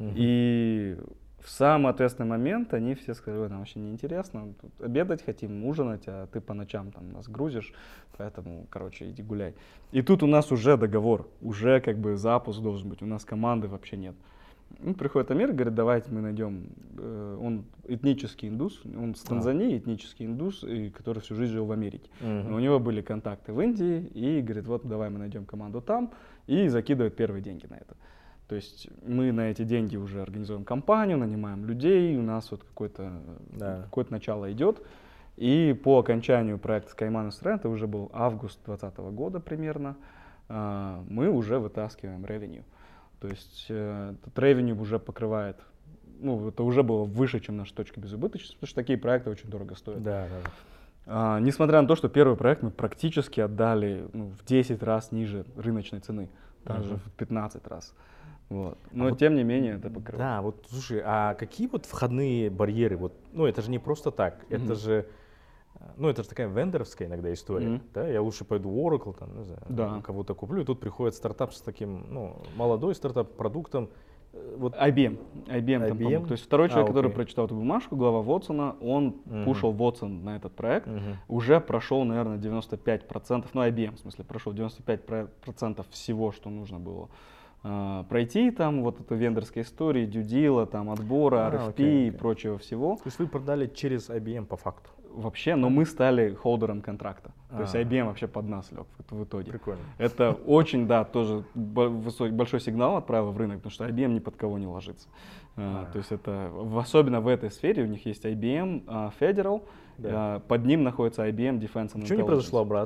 И в самый ответственный момент они все сказали, нам вообще неинтересно, тут обедать хотим, ужинать, а ты по ночам там нас грузишь, поэтому, короче, иди гуляй. И тут у нас уже договор, уже как бы запуск должен быть, у нас команды вообще нет. Ну, приходит Амир и говорит, давайте мы найдем, он этнический индус, он с Танзании, этнический индус, который всю жизнь жил в Америке. У него были контакты в Индии, и говорит, вот давай мы найдем команду там, и закидывает первые деньги на это. То есть мы на эти деньги уже организуем компанию, нанимаем людей, у нас вот какое-то начало идет. И по окончанию проекта Cayman Restaurant, это уже был август 2020 года примерно, мы уже вытаскиваем revenue. То есть этот revenue уже покрывает, ну, это уже было выше, чем наша точка безубыточности, потому что такие проекты очень дорого стоят. Несмотря на то, что первый проект мы практически отдали в 10 раз ниже рыночной цены, даже в 15 раз. Вот. Но тем не менее это покрывает. Да, вот слушай, а какие вот входные барьеры? Вот, ну это же не просто так, это же, ну это же такая вендоровская иногда история. Да? Я лучше пойду в Oracle, там, не знаю, кого-то куплю, и тут приходит стартап с таким, ну, молодой стартап, продуктом. Вот IBM там помог. То есть второй человек, который прочитал эту бумажку, глава Вотсона, он пушил Вотсон на этот проект, уже прошел, наверное, 95%, ну IBM в смысле, прошел 95% всего, что нужно было пройти, там вот эту вендорской истории, дьюдила, там отбора, RFP и прочего всего. То есть вы продали через IBM по факту? Вообще, но мы стали холдером контракта. То есть IBM вообще под нас лег в итоге. Прикольно. Это очень, да, тоже большой сигнал отправил в рынок, потому что IBM ни под кого не ложится. То есть это, особенно в этой сфере, у них есть IBM Federal, под ним находится IBM Defense and Intelligence. Что не произошло обратно?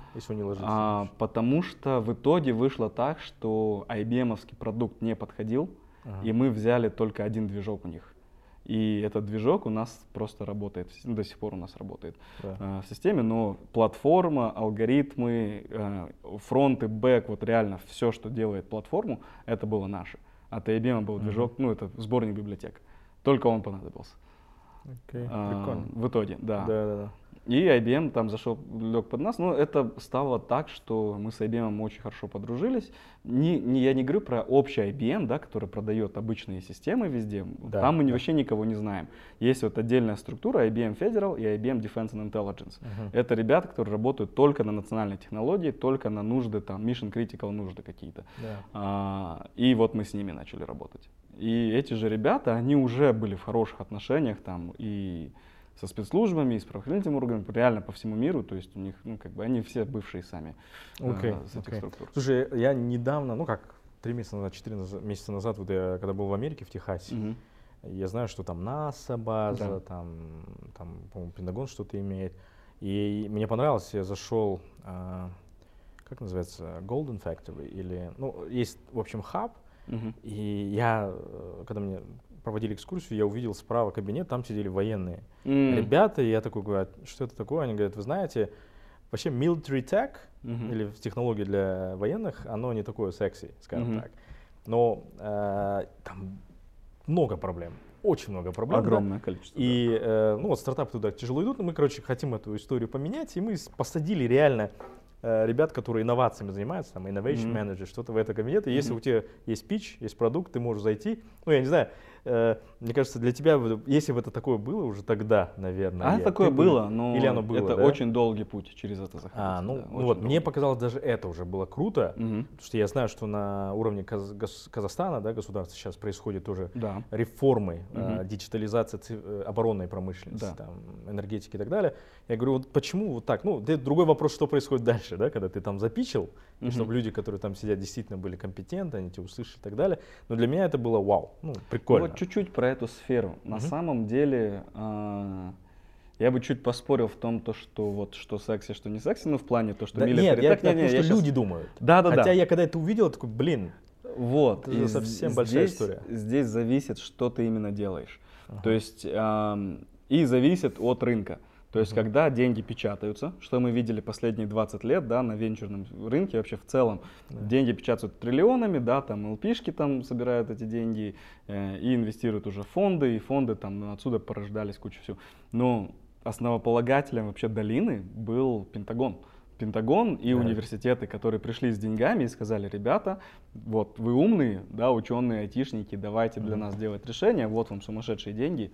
если он не ложится? Потому что в итоге вышло так, что IBM-овский продукт не подходил, и мы взяли только один движок у них. И этот движок у нас просто работает, до сих пор у нас работает в системе, но платформа, алгоритмы, фронт и бэк, вот реально все, что делает платформу, это было наше. От IBM был движок, ну это сборник библиотек, только он понадобился. Прикольно. В итоге, да. Да. И IBM там лег под нас, но это стало так, что мы с IBM очень хорошо подружились. Я не говорю про общий IBM, да, который продает обычные системы везде, там мы вообще никого не знаем. Есть вот отдельная структура IBM Federal и IBM Defense and Intelligence. Это ребята, которые работают только на национальной технологии, только на нужды, там, mission critical нужды какие-то. И вот мы с ними начали работать. И эти же ребята, они уже были в хороших отношениях там и со спецслужбами, и с правоохранительными органами, реально по всему миру, то есть у них, ну, как бы, они все бывшие сами с этих структур. Слушай, я недавно, ну как, 3 месяца назад, 4 месяца назад, вот я когда был в Америке, в Техасе, я знаю, что там НАСА база, там, по-моему, Пентагон что-то имеет, и мне понравилось, я зашел, как называется, Golden Factory, или, ну, есть, в общем, хаб, и я, когда мне проводили экскурсию, я увидел справа кабинет, там сидели военные ребята, и я такой говорю, что это такое? Они говорят, вы знаете, вообще military tech, или технологии для военных, оно не такое секси, скажем так. Но там много проблем, очень много проблем. Огромное количество. И ну вот стартапы туда тяжело идут, но мы, короче, хотим эту историю поменять, и мы посадили реально ребят, которые инновациями занимаются, там, innovation manager, что-то в это кабинет, и если у тебя есть питч, есть продукт, ты можешь зайти, ну, я не знаю, мне кажется, для тебя, если бы это такое было уже тогда, наверное. Такое было, но или оно было, это очень долгий путь через это заходить. Ну вот, мне показалось, даже это уже было круто, потому что я знаю, что на уровне Казахстана, да, государства сейчас происходит тоже реформы, диджитализация оборонной промышленности, там, энергетики и так далее. Я говорю, вот почему вот так? Ну, другой вопрос, что происходит дальше, да, когда ты там запичил, и чтобы люди, которые там сидят, действительно были компетентны, они тебя услышали и так далее. Но для меня это было вау, ну, прикольно. Вот чуть-чуть про эту сферу. На самом деле, я бы чуть поспорил в том, что вот что секси, что не секси, ну в плане то, что милитари. Нет, я что люди думают. Хотя я когда это увидел, такой, блин, вот. Это же совсем большая история. Здесь зависит, что ты именно делаешь. То есть и зависит от рынка. То есть, когда деньги печатаются, что мы видели последние 20 лет, да, на венчурном рынке вообще в целом, деньги печатают триллионами, да, там ЛПшки там собирают эти деньги и инвестируют уже в фонды, и фонды там отсюда порождались куча всего. Но основополагателем вообще долины был Пентагон. Пентагон и университеты, которые пришли с деньгами и сказали, ребята, вот вы умные, да, ученые, айтишники, давайте для нас делать решения, вот вам сумасшедшие деньги.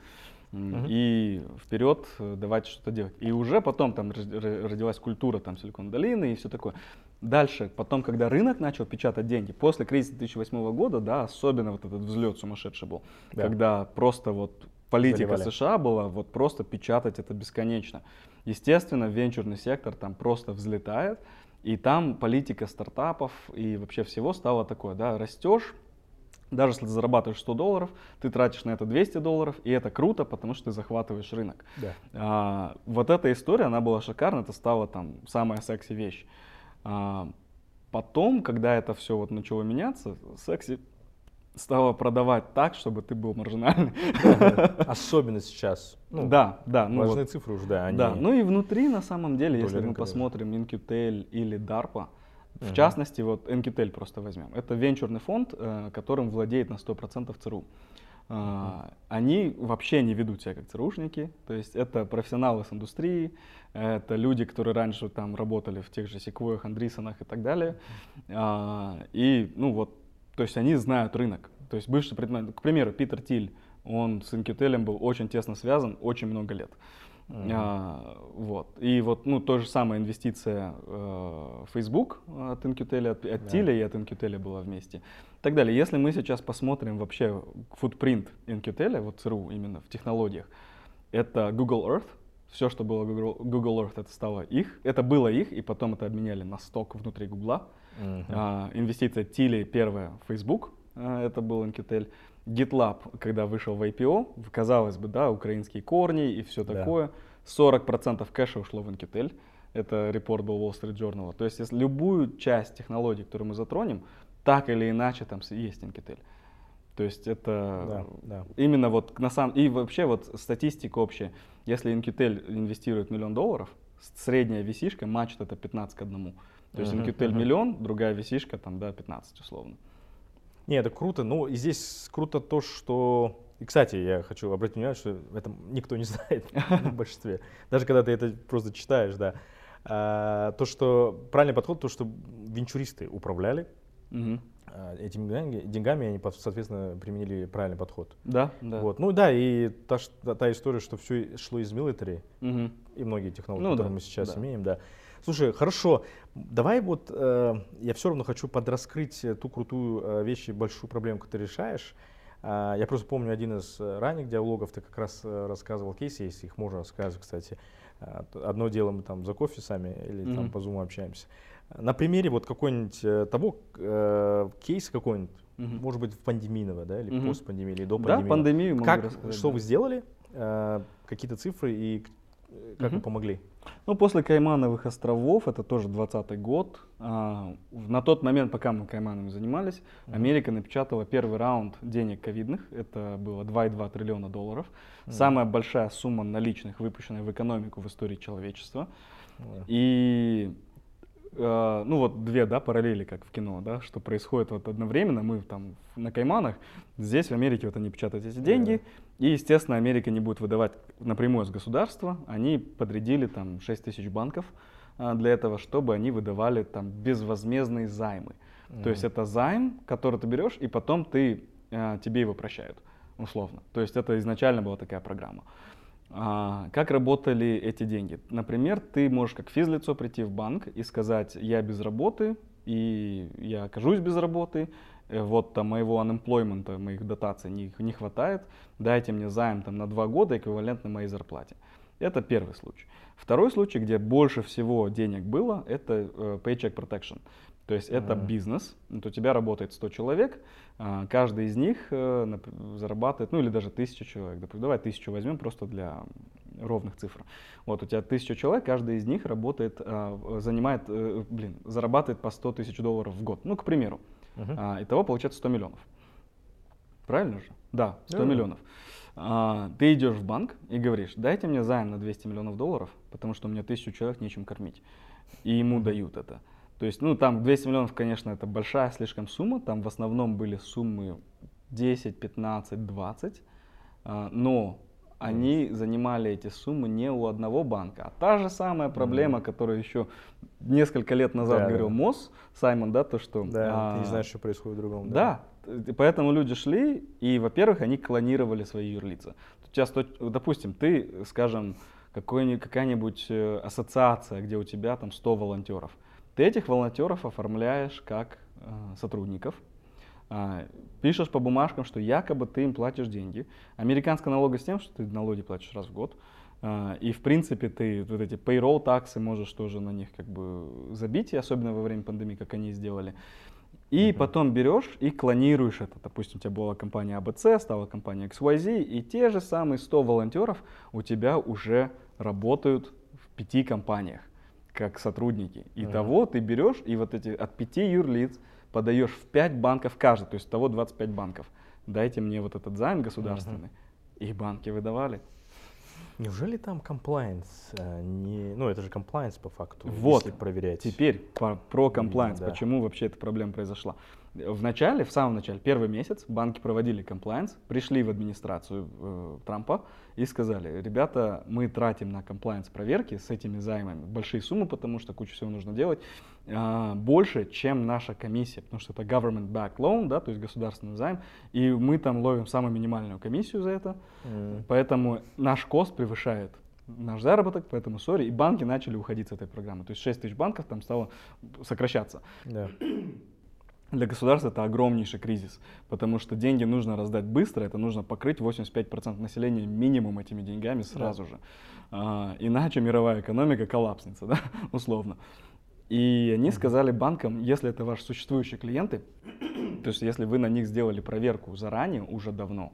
И вперед, давайте что-то делать. И уже потом там родилась культура там Силикон долины и все такое. Дальше, потом, когда рынок начал печатать деньги, после кризиса 2008 года, да, особенно вот этот взлет сумасшедший был, когда просто вот политика США была вот просто печатать это бесконечно. Естественно, венчурный сектор там просто взлетает, и там политика стартапов и вообще всего стала такой, да, растешь. Даже если ты зарабатываешь $100, ты тратишь на это $200, и это круто, потому что ты захватываешь рынок. Вот эта история, она была шикарна, это стала там самая секси вещь. Потом, когда это все вот начало меняться, секси стало продавать так, чтобы ты был маржинальный. Особенно сейчас. Ну, да. Важные цифры уже, да. Да, ну и внутри, на самом деле, если мы посмотрим In-Q-Tel или DARPA, в частности, вот In-Q-Tel просто возьмем. Это венчурный фонд, которым владеет на 100% ЦРУ. Они вообще не ведут себя как ЦРУшники, то есть это профессионалы с индустрии, это люди, которые раньше там работали в тех же Секвоях, Андрисонах и так далее. И, ну вот, то есть они знают рынок. То есть бывший предприниматель, к примеру, Питер Тиль, он с In-Q-Tel был очень тесно связан очень много лет. Вот. И вот, ну, то же самое инвестиция в Facebook от In-Q-Tel, от Тиля и от In-Q-Tel была вместе. И так далее. Если мы сейчас посмотрим вообще футпринт In-Q-Tel, вот ЦРУ именно в технологиях, это Google Earth. Все, что было Google Earth, это стало их. Это было их, и потом это обменяли на сток внутри Гугла. Инвестиция Тиля первая в Facebook, это был In-Q-Tel. GitLab, когда вышел в IPO, казалось бы, да, украинские корни и все такое, 40% кэша ушло в In-Q-Tel. это репорт был Wall Street Journal. То есть если любую часть технологий, которую мы затронем, так или иначе там есть NKTL. То есть это именно вот на самом... И вообще вот статистика общая. Если NKTL инвестирует $1 миллион, средняя VC-шка матчит это 15 к 1. То есть NKTL миллион, другая VC-шка там, да, 15 условно. Не, это круто. Ну, и здесь круто то, что... И, кстати, я хочу обратить внимание, что это никто не знает в большинстве. Даже когда ты это просто читаешь, да. То, что правильный подход, то, что венчуристы управляли этими деньгами, они, соответственно, применили правильный подход. Да, да. Вот. Ну да, и та история, что все шло из military, и многие технологии, которые мы сейчас имеем, да. Слушай, хорошо, давай вот, я все равно хочу подраскрыть ту крутую вещь и большую проблему, которую ты решаешь. Я просто помню один из ранних диалогов, ты как раз рассказывал кейсы, если их можно рассказывать, кстати. Одно дело мы там за кофе сами или там по Zoom общаемся. На примере вот какой-нибудь того кейса какой-нибудь, может быть, в пандемийного, да, или постпандемии, или до пандемии. Да, пандемию могу рассказать. Что вы сделали, какие-то цифры и как вы помогли? Ну, после Каймановых островов, это тоже 2020 год, на тот момент, пока мы Кайманами занимались, Америка напечатала первый раунд денег ковидных, это было $2,2 триллиона. Самая большая сумма наличных, выпущенная в экономику в истории человечества. И ну вот две, да, параллели, как в кино, да, что происходит вот одновременно, мы там на Кайманах, здесь в Америке вот они печатают эти деньги, и, естественно, Америка не будет выдавать напрямую с государства, они подрядили там 6 тысяч банков для этого, чтобы они выдавали там безвозмездные займы. То есть это займ, который ты берешь, и потом тебе его прощают, условно. То есть это изначально была такая программа. Как работали эти деньги? Например, ты можешь как физлицо прийти в банк и сказать: я без работы, и я окажусь без работы, вот там моего unemployment, моих дотаций не хватает, дайте мне займ там на 2 года, эквивалентный моей зарплате. Это первый случай. Второй случай, где больше всего денег было, это paycheck protection. То есть это бизнес, вот у тебя работает 100 человек, каждый из них зарабатывает, ну или даже 1000 человек. Давай 1000 возьмем просто для ровных цифр. Вот у тебя 1000 человек, каждый из них работает, зарабатывает по $100 тысяч в год. Ну, к примеру. Итого получается 100 миллионов. Правильно же? Да, 100 миллионов. Ты идешь в банк и говоришь: дайте мне займ на $200 миллионов, потому что у меня 1000 человек нечем кормить. И ему дают это. То есть, ну, там 200 миллионов, конечно, это большая слишком сумма, там в основном были суммы 10, 15, 20, но они занимали эти суммы не у одного банка. А та же самая проблема, которую еще несколько лет назад говорил Мосс, Саймон, да, то, что... Да, ты не знаешь, что происходит в другом. Да, поэтому люди шли, и, во-первых, они клонировали свои юрлица. Сейчас, допустим, ты, скажем, какая-нибудь ассоциация, где у тебя там 100 волонтеров. Ты этих волонтеров оформляешь как сотрудников, пишешь по бумажкам, что якобы ты им платишь деньги. Американская налоговая система, что ты налоги платишь раз в год. И в принципе ты вот эти payroll таксы можешь тоже на них как бы забить, и особенно во время пандемии, как они сделали. И потом берешь и клонируешь это. Допустим, у тебя была компания ABC, стала компания XYZ, и те же самые 100 волонтеров у тебя уже работают в 5 компаниях как сотрудники. Итого ты берешь и вот эти от 5 юрлиц подаешь в 5 банков каждый, то есть того 25 банков. Дайте мне вот этот займ государственный. И банки выдавали. Неужели там комплайенс? Ну, это же комплайенс по факту, вот, если проверять. Теперь про комплайенс. Почему вообще эта проблема произошла? В самом начале, первый месяц банки проводили комплайенс, пришли в администрацию Трампа и сказали: ребята, мы тратим на комплайенс проверки с этими займами большие суммы, потому что кучу всего нужно делать, больше, чем наша комиссия, потому что это government-backed loan, да, то есть государственный займ, и мы там ловим самую минимальную комиссию за это, поэтому наш кост превышает наш заработок, поэтому сори, и банки начали уходить с этой программы. То есть 6 тысяч банков там стало сокращаться. Да. Для государства это огромнейший кризис, потому что деньги нужно раздать быстро, это нужно покрыть 85% населения минимум этими деньгами сразу же. Иначе мировая экономика коллапснется, да, условно. И они сказали банкам: если это ваши существующие клиенты, то есть если вы на них сделали проверку заранее, уже давно,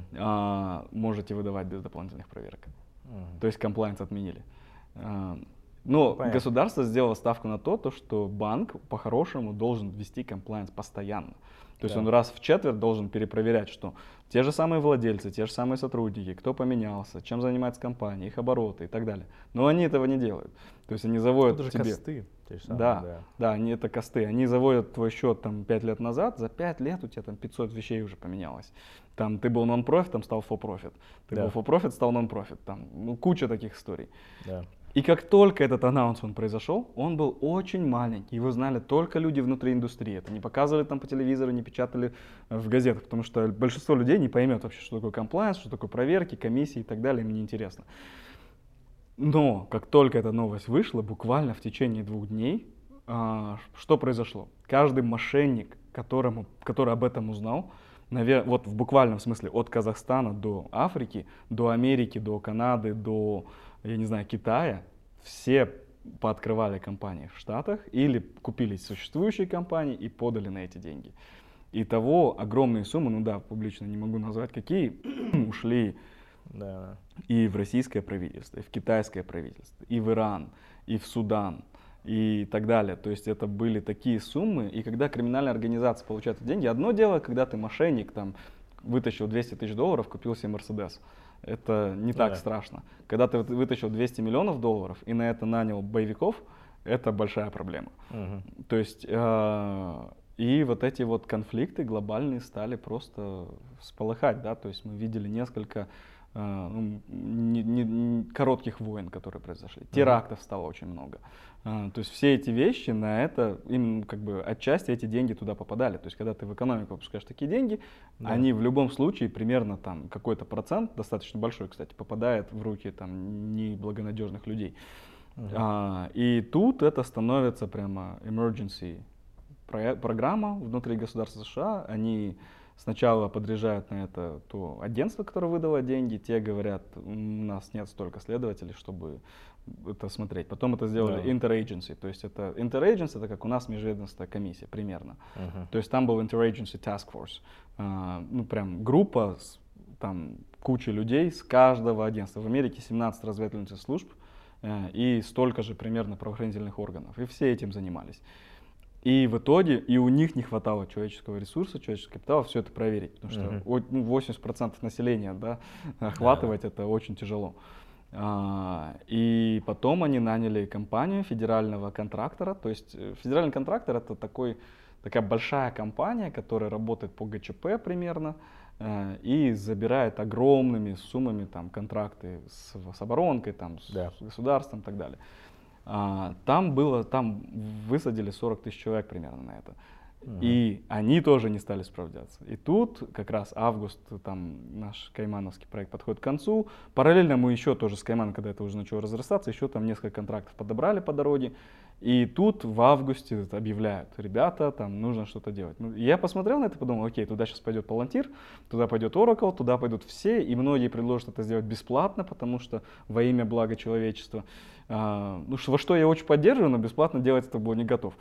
можете выдавать без дополнительных проверок. То есть комплайенс отменили. Но Понятно. государство сделало ставку на то, что банк по-хорошему должен вести комплайенс постоянно. То есть он раз в четверть должен перепроверять, что те же самые владельцы, те же самые сотрудники, кто поменялся, чем занимается компания, их обороты и так далее. Но они этого не делают. То есть они заводят Это же тебе... косты. Да, они это косты. Они заводят твой счет там 5 лет назад, за 5 лет у тебя там 500 вещей уже поменялось. Там ты был non-profit, там стал for-profit. Ты был for-profit, стал non-profit. Там куча таких историй. Да. И как только этот анонсмент произошел, он был очень маленький. Его знали только люди внутри индустрии. Это не показывали там по телевизору, не печатали в газетах, потому что большинство людей не поймет вообще, что такое комплайенс, что такое проверки, комиссии и так далее, им не интересно. Но как только эта новость вышла, буквально в течение 2 дней, что произошло? Каждый мошенник, который об этом узнал, вот в буквальном смысле от Казахстана до Африки, до Америки, до Канады, до, я не знаю, Китая, все пооткрывали компании в Штатах или купили существующие компании и подали на эти деньги. Итого огромные суммы, ну да, публично не могу назвать какие, ушли и в российское правительство, и в китайское правительство, и в Иран, и в Судан, и так далее. То есть это были такие суммы, и когда криминальная организация получает деньги, одно дело, когда ты мошенник, там, вытащил $200 тысяч, купил себе Мерседес. Это не так страшно. Когда ты вытащил $200 миллионов и на это нанял боевиков, это большая проблема. То есть и вот эти вот конфликты глобальные стали просто всполыхать, да, то есть мы видели несколько коротких войн, которые произошли. Терактов стало очень много. То есть все эти вещи на это, им как бы отчасти эти деньги туда попадали. То есть когда ты в экономику выпускаешь такие деньги, они в любом случае примерно там какой-то процент, достаточно большой, кстати, попадает в руки там неблагонадежных людей. И тут это становится прямо emergency программа внутри государства США. Они сначала подряжают на это то агентство, которое выдало деньги, те говорят, у нас нет столько следователей, чтобы это смотреть. Потом это сделали interagency, то есть это interagency, это как у нас межведомственная комиссия примерно. То есть там был interagency task force, ну прям группа, там куча людей с каждого агентства. В Америке 17 разведывательных служб и столько же примерно правоохранительных органов, и все этим занимались. И в итоге и у них не хватало человеческого ресурса, человеческого капитала все это проверить, потому что 80% населения, да, охватывать это очень тяжело. И потом они наняли компанию федерального контрактора, то есть федеральный контрактор это такая большая компания, которая работает по ГЧП примерно и забирает огромными суммами там контракты с оборонкой, там, с государством и так далее. Там высадили 40 тысяч человек примерно на это. И они тоже не стали справляться. И тут как раз август, там наш каймановский проект подходит к концу. Параллельно мы еще тоже с Кайманом, когда это уже начало разрастаться, еще там несколько контрактов подобрали по дороге. И тут в августе объявляют, ребята, там нужно что-то делать. Ну, я посмотрел на это и подумал, окей, туда сейчас пойдет Palantir, туда пойдет Oracle, туда пойдут все, и многие предложат это сделать бесплатно, потому что во имя блага человечества. Ну, во что я очень поддерживаю, но бесплатно делать это был не готов.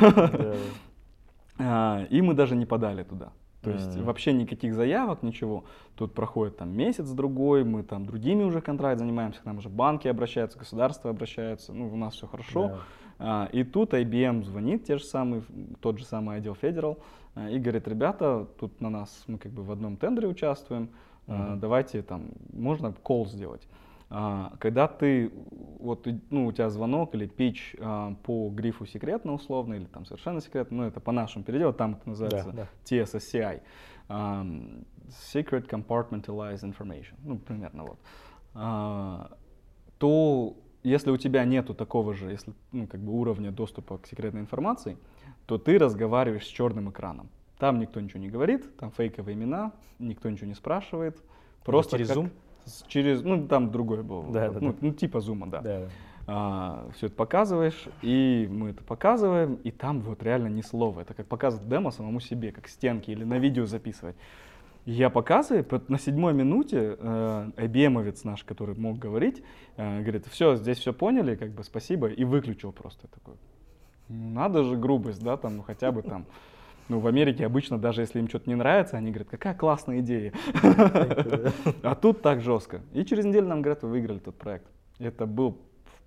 И мы даже не подали туда. То есть вообще никаких заявок, ничего. Тут проходит там месяц-другой, мы там другими уже контрактами занимаемся, к нам уже банки обращаются, государства обращаются, ну у нас все хорошо. И тут IBM звонит, тот же самый отдел Federal, и говорит, ребята, тут на нас, мы как бы в одном тендере участвуем, давайте там, можно колл сделать. Когда ты, вот, ну, у тебя звонок или питч по грифу секретно условно, или там совершенно секретно, ну это по нашему переделу, там это называется TSSCI, Secret Compartmentalized Information, ну примерно вот, то если у тебя нету такого же, ну, как бы уровня доступа к секретной информации, то ты разговариваешь с черным экраном. Там никто ничего не говорит, там фейковые имена, никто ничего не спрашивает. Просто через Zoom? Ну там другой был, ну типа Zoom, все это показываешь, и мы это показываем, и там вот реально ни слова. Это как показывать демо самому себе, как стенки или на видео записывать. Я показываю, на 7-й минуте IBM-овец наш, который мог говорить, говорит, все, здесь все поняли, как бы спасибо, и выключил просто. Такой, надо же грубость, да, там, ну хотя бы там. Ну, в Америке обычно, даже если им что-то не нравится, они говорят, какая классная идея. А тут так жестко. И через неделю нам говорят, вы выиграли этот проект. Это был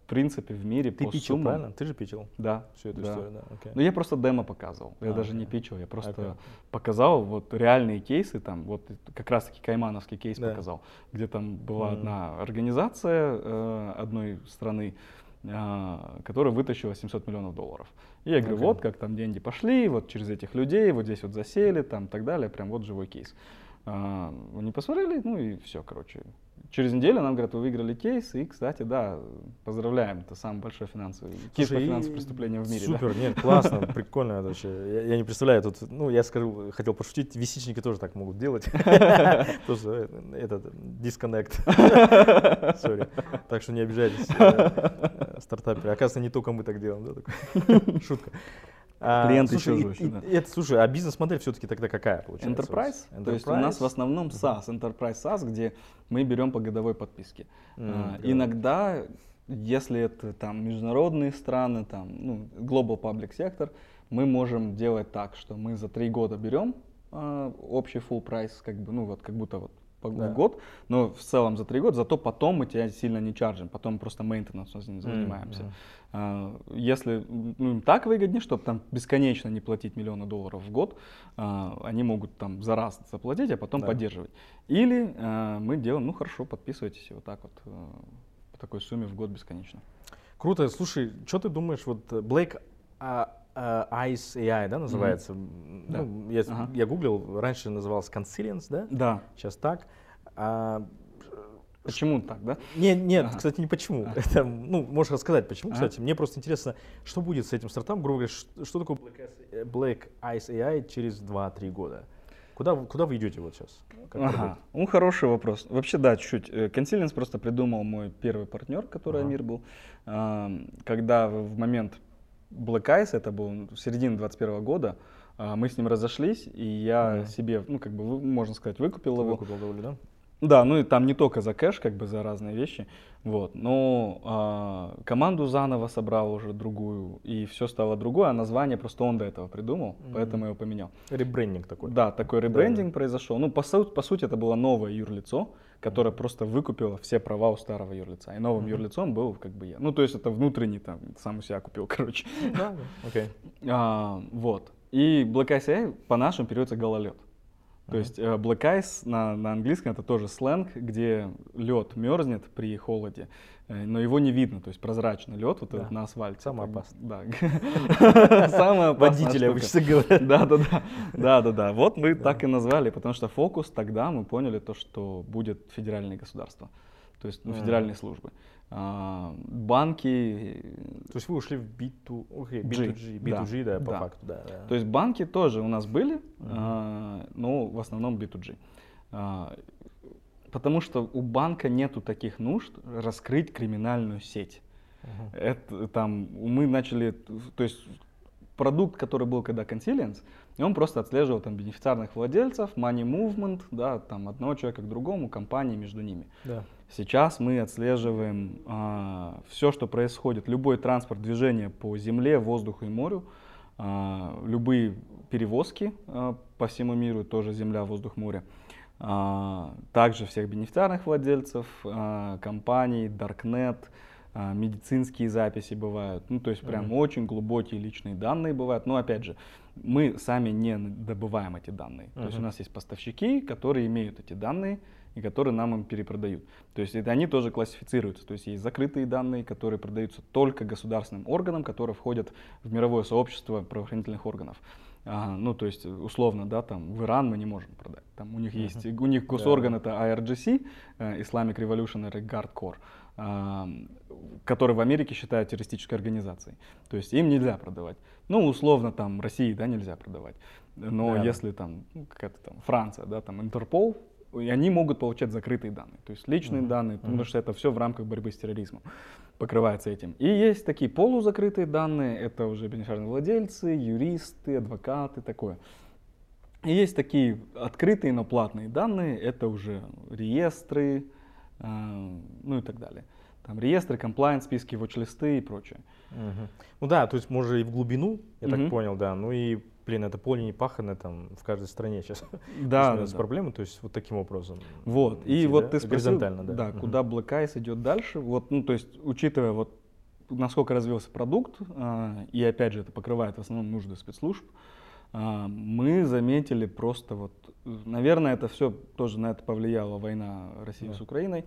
принципе в мире Ты по питчил, суммам. правильно? Ты же питчил Да. всю эту да. историю, да. Okay. Ну я просто демо показывал, я даже не питчил, я просто показал вот реальные кейсы, там вот как раз таки каймановский кейс показал, где там была одна организация одной страны, которая вытащила $700 миллионов. И я говорю, вот как там деньги пошли, вот через этих людей, вот здесь вот засели, там и так далее, прям вот живой кейс. Они посмотрели, ну и все, короче. Через неделю нам говорят, вы выиграли кейс, и, кстати, да, поздравляем, это самый большой финансовый кейс по финансовым преступлениям в мире. Супер, да? Нет, классно, прикольно это вообще. Я не представляю, тут, ну, я скажу, хотел пошутить, висичники тоже так могут делать. Тоже этот, disconnect. Сори. Так что не обижайтесь, стартаперы. Оказывается, не только мы так делаем, да, шутка. Клиенты еще жестче, да. Слушай, а бизнес-модель все-таки тогда какая получается? Enterprise. То есть у нас в основном SaaS, Enterprise SaaS, где мы берем по годовой подписке. Иногда, если это там международные страны, там, ну, Global Public Sector, мы можем делать так, что мы за 3 года берем общий full прайс, как бы, ну вот как будто вот в год, но в целом за 3 года, зато потом мы тебя сильно не чаржим, потом просто мейнтенансом занимаемся. Если им так выгоднее, чтобы там бесконечно не платить $миллионы в год, они могут там за раз заплатить, а потом поддерживать. Или мы делаем, ну хорошо, подписывайтесь вот так вот по такой сумме в год бесконечно. Круто. Слушай, что ты думаешь, вот Black Ice AI, да, называется? Да. Ну, я гуглил, раньше назывался Consilience, да? Да. Сейчас так. Почему так, да? Нет, кстати, не почему. Это, ну, можешь рассказать, почему, кстати. Мне просто интересно, что будет с этим стартапом, грубо говоря, что такое Black Ice AI через 2-3 года? Куда вы идете вот сейчас? Ну, хороший вопрос. Вообще, да, чуть-чуть. Consilience просто придумал мой первый партнер, который Амир был. Когда в момент Black Ice, это был в середине 2021 года, мы с ним разошлись, и я себе, ну, как бы, можно сказать, выкупил его. Выкупил довольно, да? Да, ну и там не только за кэш, как бы за разные вещи, вот, но команду заново собрал уже другую, и все стало другое, а название просто он до этого придумал, поэтому я его поменял. Ребрендинг такой. Да, такой ребрендинг произошел. Ну, по сути, это было новое юрлицо, которое просто выкупило все права у старого юрлица, и новым юрлицом был как бы я. Ну, то есть это внутренний, там, сам у себя купил, короче. Да, окей. Вот, и Black Ice AI по-нашему переводится гололед. То есть Black Ice на английском это тоже сленг, где лед мерзнет при холоде, но его не видно, то есть прозрачный лед вот этот на асфальте. Самое опасное. Да. Самое опасное. Водители обычно говорят. Да. Вот мы так и назвали, потому что фокус тогда мы поняли то, что будет федеральное государство, то есть федеральные службы. Банки. То есть вы ушли в B2G, да, по факту, да. То есть банки тоже у нас были, но в основном B2G. Потому что у банка нету таких нужд раскрыть криминальную сеть. Это, там, мы начали, то есть продукт, который был когда Consilience, и он просто отслеживал там бенефициарных владельцев, money movement, да, там одного человека к другому, компании между ними. Да. Сейчас мы отслеживаем все, что происходит, любой транспорт, движение по земле, воздуху и морю, любые перевозки по всему миру, тоже земля, воздух, море. Также всех бенефициарных владельцев, компаний, Darknet, медицинские записи бывают. Ну, то есть прям очень глубокие личные данные бывают. Но опять же, мы сами не добываем эти данные. То есть у нас есть поставщики, которые имеют эти данные и которые нам им перепродают. То есть это они тоже классифицируются. То есть есть закрытые данные, которые продаются только государственным органам, которые входят в мировое сообщество правоохранительных органов. Ну, то есть, условно, да, там в Иран мы не можем продать. Там у них есть, у них госорган это IRGC, Islamic Revolutionary Guard Corps, который в Америке считают террористической организацией. То есть им нельзя продавать. Ну, условно, там России, да, нельзя продавать. Но если там, ну, какая-то там Франция, да, там Интерпол, и они могут получать закрытые данные, то есть личные данные, потому что это все в рамках борьбы с терроризмом покрывается этим. И есть такие полузакрытые данные, это уже бенефициарные владельцы, юристы, адвокаты, такое. И есть такие открытые, но платные данные, это уже реестры, ну и так далее. Там реестры, комплайнс, списки, watch-листы и прочее. Ну да, то есть можно и в глубину, я так понял, да, ну и, блин, это поле не пахано там в каждой стране сейчас. Да, проблемы, то есть вот таким образом. Вот, и вот да? ты спросил, да. Куда Black Ice идет дальше, вот, ну то есть учитывая вот насколько развился продукт, и опять же это покрывает в основном нужды спецслужб, мы заметили просто вот, наверное, это все тоже на это повлияла война России с Украиной,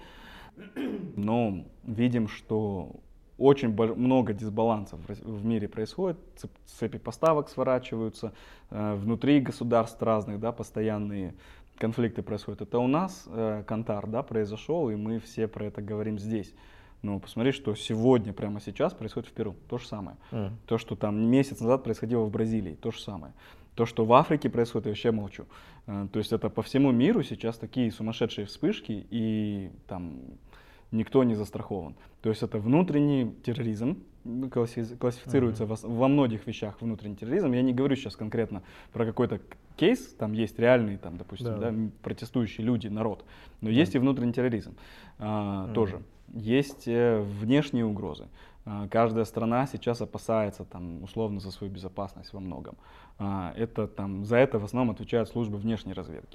но видим, что очень много дисбалансов в мире происходит, цепи поставок сворачиваются, внутри государств разных, да, постоянные конфликты происходят. Это у нас Кантар, да, произошел, и мы все про это говорим здесь. Но посмотри, что сегодня, прямо сейчас происходит в Перу. То же самое. То, что там месяц назад происходило в Бразилии, то же самое. То, что в Африке происходит, я вообще молчу. То есть это по всему миру сейчас такие сумасшедшие вспышки, и там никто не застрахован. То есть это внутренний терроризм, классифицируется во многих вещах внутренний терроризм. Я не говорю сейчас конкретно про какой-то кейс, там есть реальные, там, допустим, да, протестующие люди, народ, но есть и внутренний терроризм тоже. Есть внешние угрозы. Каждая страна сейчас опасается там, условно за свою безопасность во многом. Это, там, за это в основном отвечают службы внешней разведки.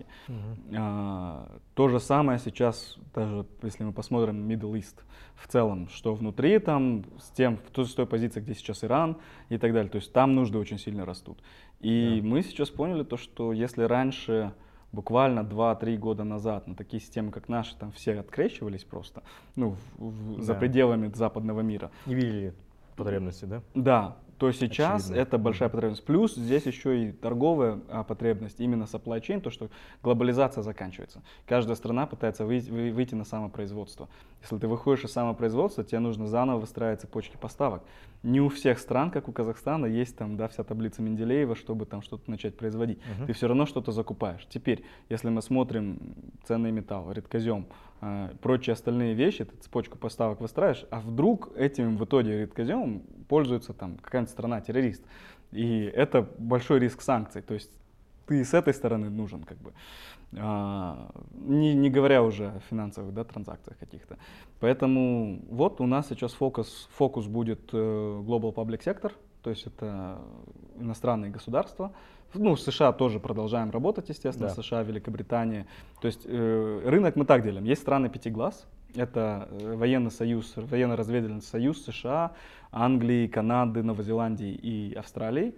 То же самое сейчас, даже если мы посмотрим Middle East в целом, что внутри там, с той позиции, где сейчас Иран и так далее. То есть там нужды очень сильно растут. И мы сейчас поняли то, что если раньше буквально 2-3 года назад на такие системы, как наши, там все открещивались просто, ну, за пределами западного мира. Не видели потребности, да? Да, то сейчас это большая потребность. Плюс здесь еще и торговая потребность, именно supply chain, то, что глобализация заканчивается. Каждая страна пытается выйти на самопроизводство. Если ты выходишь из самопроизводства, тебе нужно заново выстраивать цепочки поставок. Не у всех стран, как у Казахстана, есть там, да, вся таблица Менделеева, чтобы там что-то начать производить. Ты все равно что-то закупаешь. Теперь, если мы смотрим ценный металл, редкозем, прочие остальные вещи, ты цепочку поставок выстраиваешь, а вдруг этим в итоге редкоземом пользуется там какая-нибудь страна-террорист. И это большой риск санкций. То есть ты с этой стороны нужен, как бы. Не говоря уже о финансовых, да, транзакциях каких-то. Поэтому вот у нас сейчас фокус будет Global Public Sector, то есть это иностранные государства. Ну, в США тоже продолжаем работать, естественно, США, Великобритания. То есть рынок мы так делим. Есть страны пяти глаз. Это военный союз, военно-разведывательный союз США, Англии, Канады, Новой Зеландии и Австралии.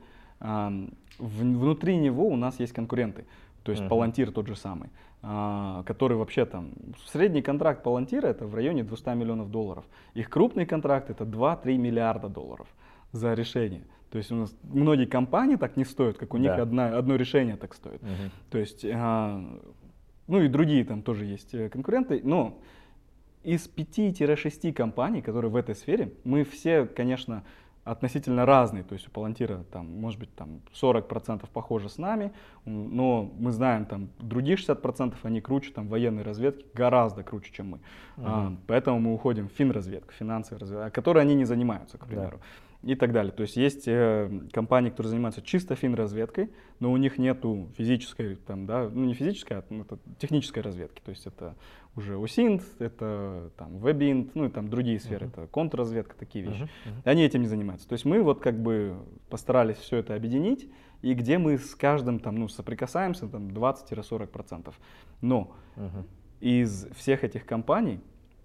Внутри него у нас есть конкуренты. То есть Palantir тот же самый, который вообще там, средний контракт Palantir это в районе $200 миллионов. Их крупный контракт это 2-3 миллиарда долларов за решение. То есть у нас многие компании так не стоят, как у них одно решение так стоит. То есть, ну и другие там тоже есть конкуренты, но из 5-6 компаний, которые в этой сфере, мы все, конечно, относительно разные. То есть у Palantir там, может быть, там 40% похожи с нами, но мы знаем, там другие 60% они круче там военной разведки, гораздо круче, чем мы. Поэтому мы уходим в финразведку, финансовую разведку, которой они не занимаются, к примеру. И так далее. То есть есть компании, которые занимаются чисто финразведкой, но у них нету физической, там, да, ну не физической, а это технической разведки. То есть это уже ОСИНТ, это там WebInt, ну и там другие сферы, это контрразведка, такие вещи. Они этим не занимаются. То есть мы вот как бы постарались все это объединить, и где мы с каждым там, ну, соприкасаемся там 20-40%. Но из всех этих компаний,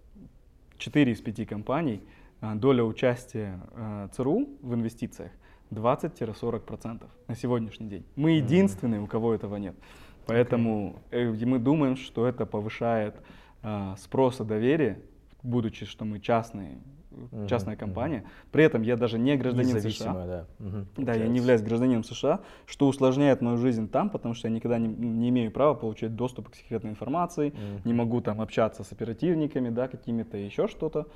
4 из 5 компаний, доля участия ЦРУ в инвестициях 20-40% на сегодняшний день. Мы единственные, у кого этого нет. Поэтому мы думаем, что это повышает спрос и доверие, будучи, что мы частная компания. При этом я даже не гражданин США. Да, я не являюсь гражданином США, что усложняет мою жизнь там, потому что я никогда не имею права получать доступ к секретной информации, не могу там общаться с оперативниками, да, какими-то еще что-то.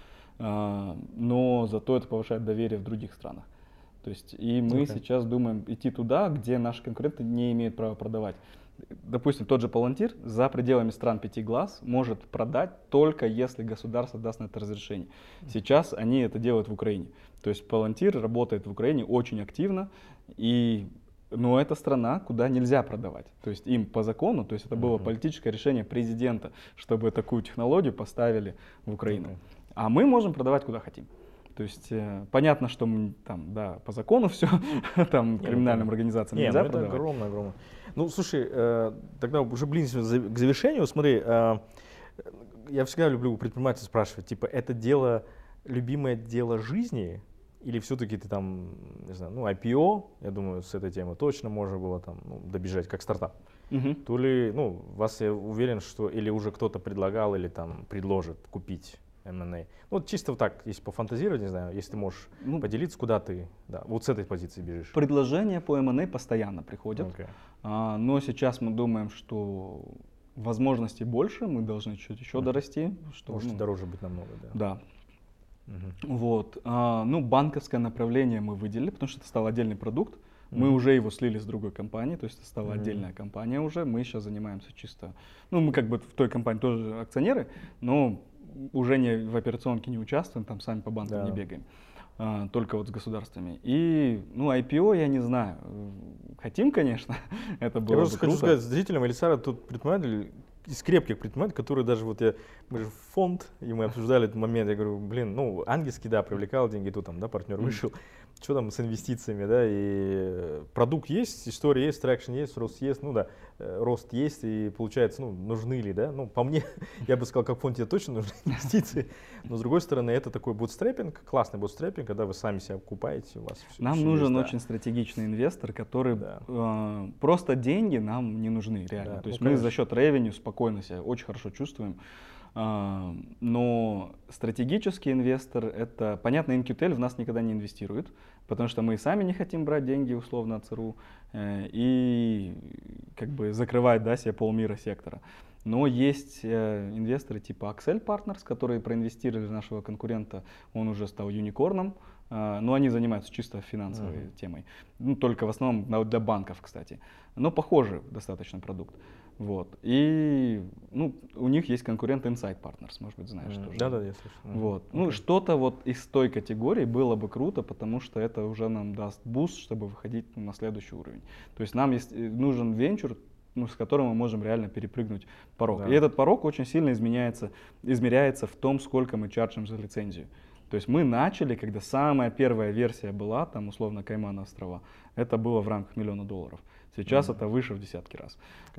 Но зато это повышает доверие в других странах. То есть, и мы сейчас думаем идти туда, где наши конкуренты не имеют права продавать. Допустим, тот же Palantir за пределами стран пяти глаз может продать только если государство даст на это разрешение. Сейчас они это делают в Украине. То есть Palantir работает в Украине очень активно, но это страна, куда нельзя продавать. То есть им по закону, то есть это было политическое решение президента, чтобы такую технологию поставили в Украину. А мы можем продавать куда хотим. То есть понятно, что мы, там, да, по закону все, там криминальным организациям нельзя продавать. Это огромно. Ну, слушай, тогда уже близимся к завершению. Смотри, я всегда люблю у предпринимателей спрашивать, типа, это дело любимое дело жизни, или все-таки ты там, не знаю, ну, IPO, я думаю, с этой темы точно можно было там добежать как стартап. То ли, ну, вас, я уверен, что или уже кто-то предлагал, или там предложит купить M&A. Ну, вот чисто вот так, если пофантазировать, не знаю, если ты можешь поделиться, куда ты, да, вот с этой позиции бежишь. Предложения по M&A постоянно приходят, но сейчас мы думаем, что возможностей больше, мы должны чуть еще дорасти. Что, может дороже быть намного, да. Да. Вот. Ну, банковское направление мы выделили, потому что это стал отдельный продукт. Мы уже его слили с другой компании, то есть это стала отдельная компания уже. Мы сейчас занимаемся чисто, ну, мы как бы в той компании тоже акционеры, но уже не в операционке не участвуем, там сами по банкам не бегаем, только вот с государствами. И, ну, IPO я не знаю, хотим, конечно, это было бы круто. Я просто хочу сказать зрителям, Элисара тут предприниматель, из крепких предпринимателей, которые даже вот мы же фонд, и мы обсуждали этот момент, я говорю, блин, ну, ангельский, да, привлекал деньги, тут там, да, партнер вышел, что там с инвестициями, да, и продукт есть, история есть, трекшн есть, рост есть, ну да, рост есть, и получается, ну, нужны ли, да, ну, по мне, я бы сказал, как фонд тебе точно нужны инвестиции, но с другой стороны, это такой бутстрепинг, классный бутстрепинг, когда вы сами себя окупаете, у вас все. Нам нужен очень стратегичный инвестор, который просто деньги нам не нужны, реально, то есть мы за счет ревеню спокойно себя очень хорошо чувствуем. Но стратегический инвестор, это, понятно, InQtel в нас никогда не инвестирует, потому что мы и сами не хотим брать деньги условно от ЦРУ и как бы закрывать, да, себе полмира сектора. Но есть инвесторы типа Accel Partners, которые проинвестировали в нашего конкурента, он уже стал юникорном, но они занимаются чисто финансовой темой, ну, только в основном для банков, кстати, но похожий достаточно продукт. Вот. И ну, у них есть конкурент Insight Partners, может быть, знаешь тоже. Да, я слышал. Вот. Ну, что-то вот из той категории было бы круто, потому что это уже нам даст буст, чтобы выходить на следующий уровень. То есть нам нужен венчур, с которым мы можем реально перепрыгнуть порог. И этот порог очень сильно измеряется в том, сколько мы чарджим за лицензию. То есть мы начали, когда самая первая версия была, там условно Каймановы острова, это было в рамках $1 миллиона. Сейчас это выше в десятки раз.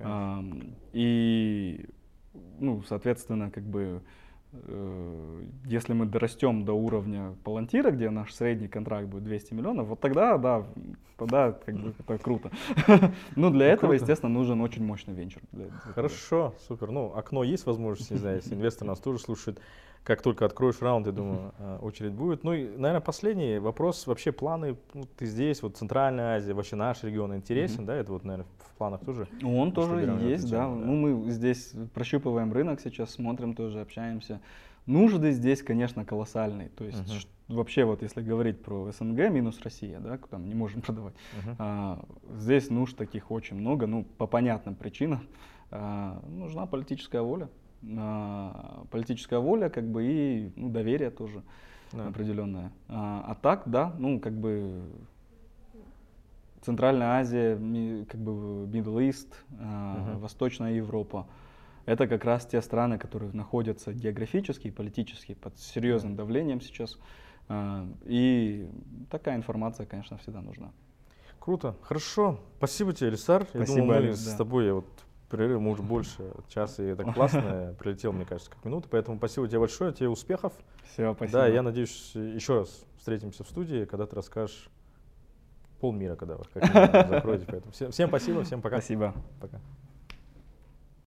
И, ну, соответственно, как бы, если мы дорастем до уровня Palantir, где наш средний контракт будет 200 миллионов, вот тогда, да, тогда как бы это круто. Но для этого, естественно, нужен очень мощный венчур. Хорошо, супер. Ну, окно есть возможность, не знаю, если инвестор нас тоже слушает. Как только откроешь раунд, я думаю, очередь будет. Ну и, наверное, последний вопрос. Вообще планы, ну, ты здесь, вот Центральная Азия, вообще наш регион интересен, да? Это вот, наверное, в планах тоже? Он тоже есть, да. Ну, мы здесь прощупываем рынок сейчас, смотрим тоже, общаемся. Нужды здесь, конечно, колоссальные. То есть вообще вот если говорить про СНГ минус Россия, да, куда мы не можем продавать, здесь нужд таких очень много, ну, по понятным причинам. Нужна политическая воля. Политическая воля, как бы, и доверие тоже определенное. А так, да, ну, как бы Центральная Азия, как бы Middle East, Восточная Европа. Это как раз те страны, которые находятся географически и политически под серьезным давлением сейчас. И такая информация, конечно, всегда нужна. Круто, хорошо. Спасибо тебе, Элисар. Спасибо, я думал, мы Алекс, с тобой вот перерыв, мы уже больше часа, и это классно, прилетел, мне кажется, как минута, поэтому спасибо тебе большое, тебе успехов. Все, спасибо. Да, я надеюсь, еще раз встретимся в студии, когда ты расскажешь полмира, когда вы как закроете. Поэтому всем спасибо, всем пока. Спасибо. Пока.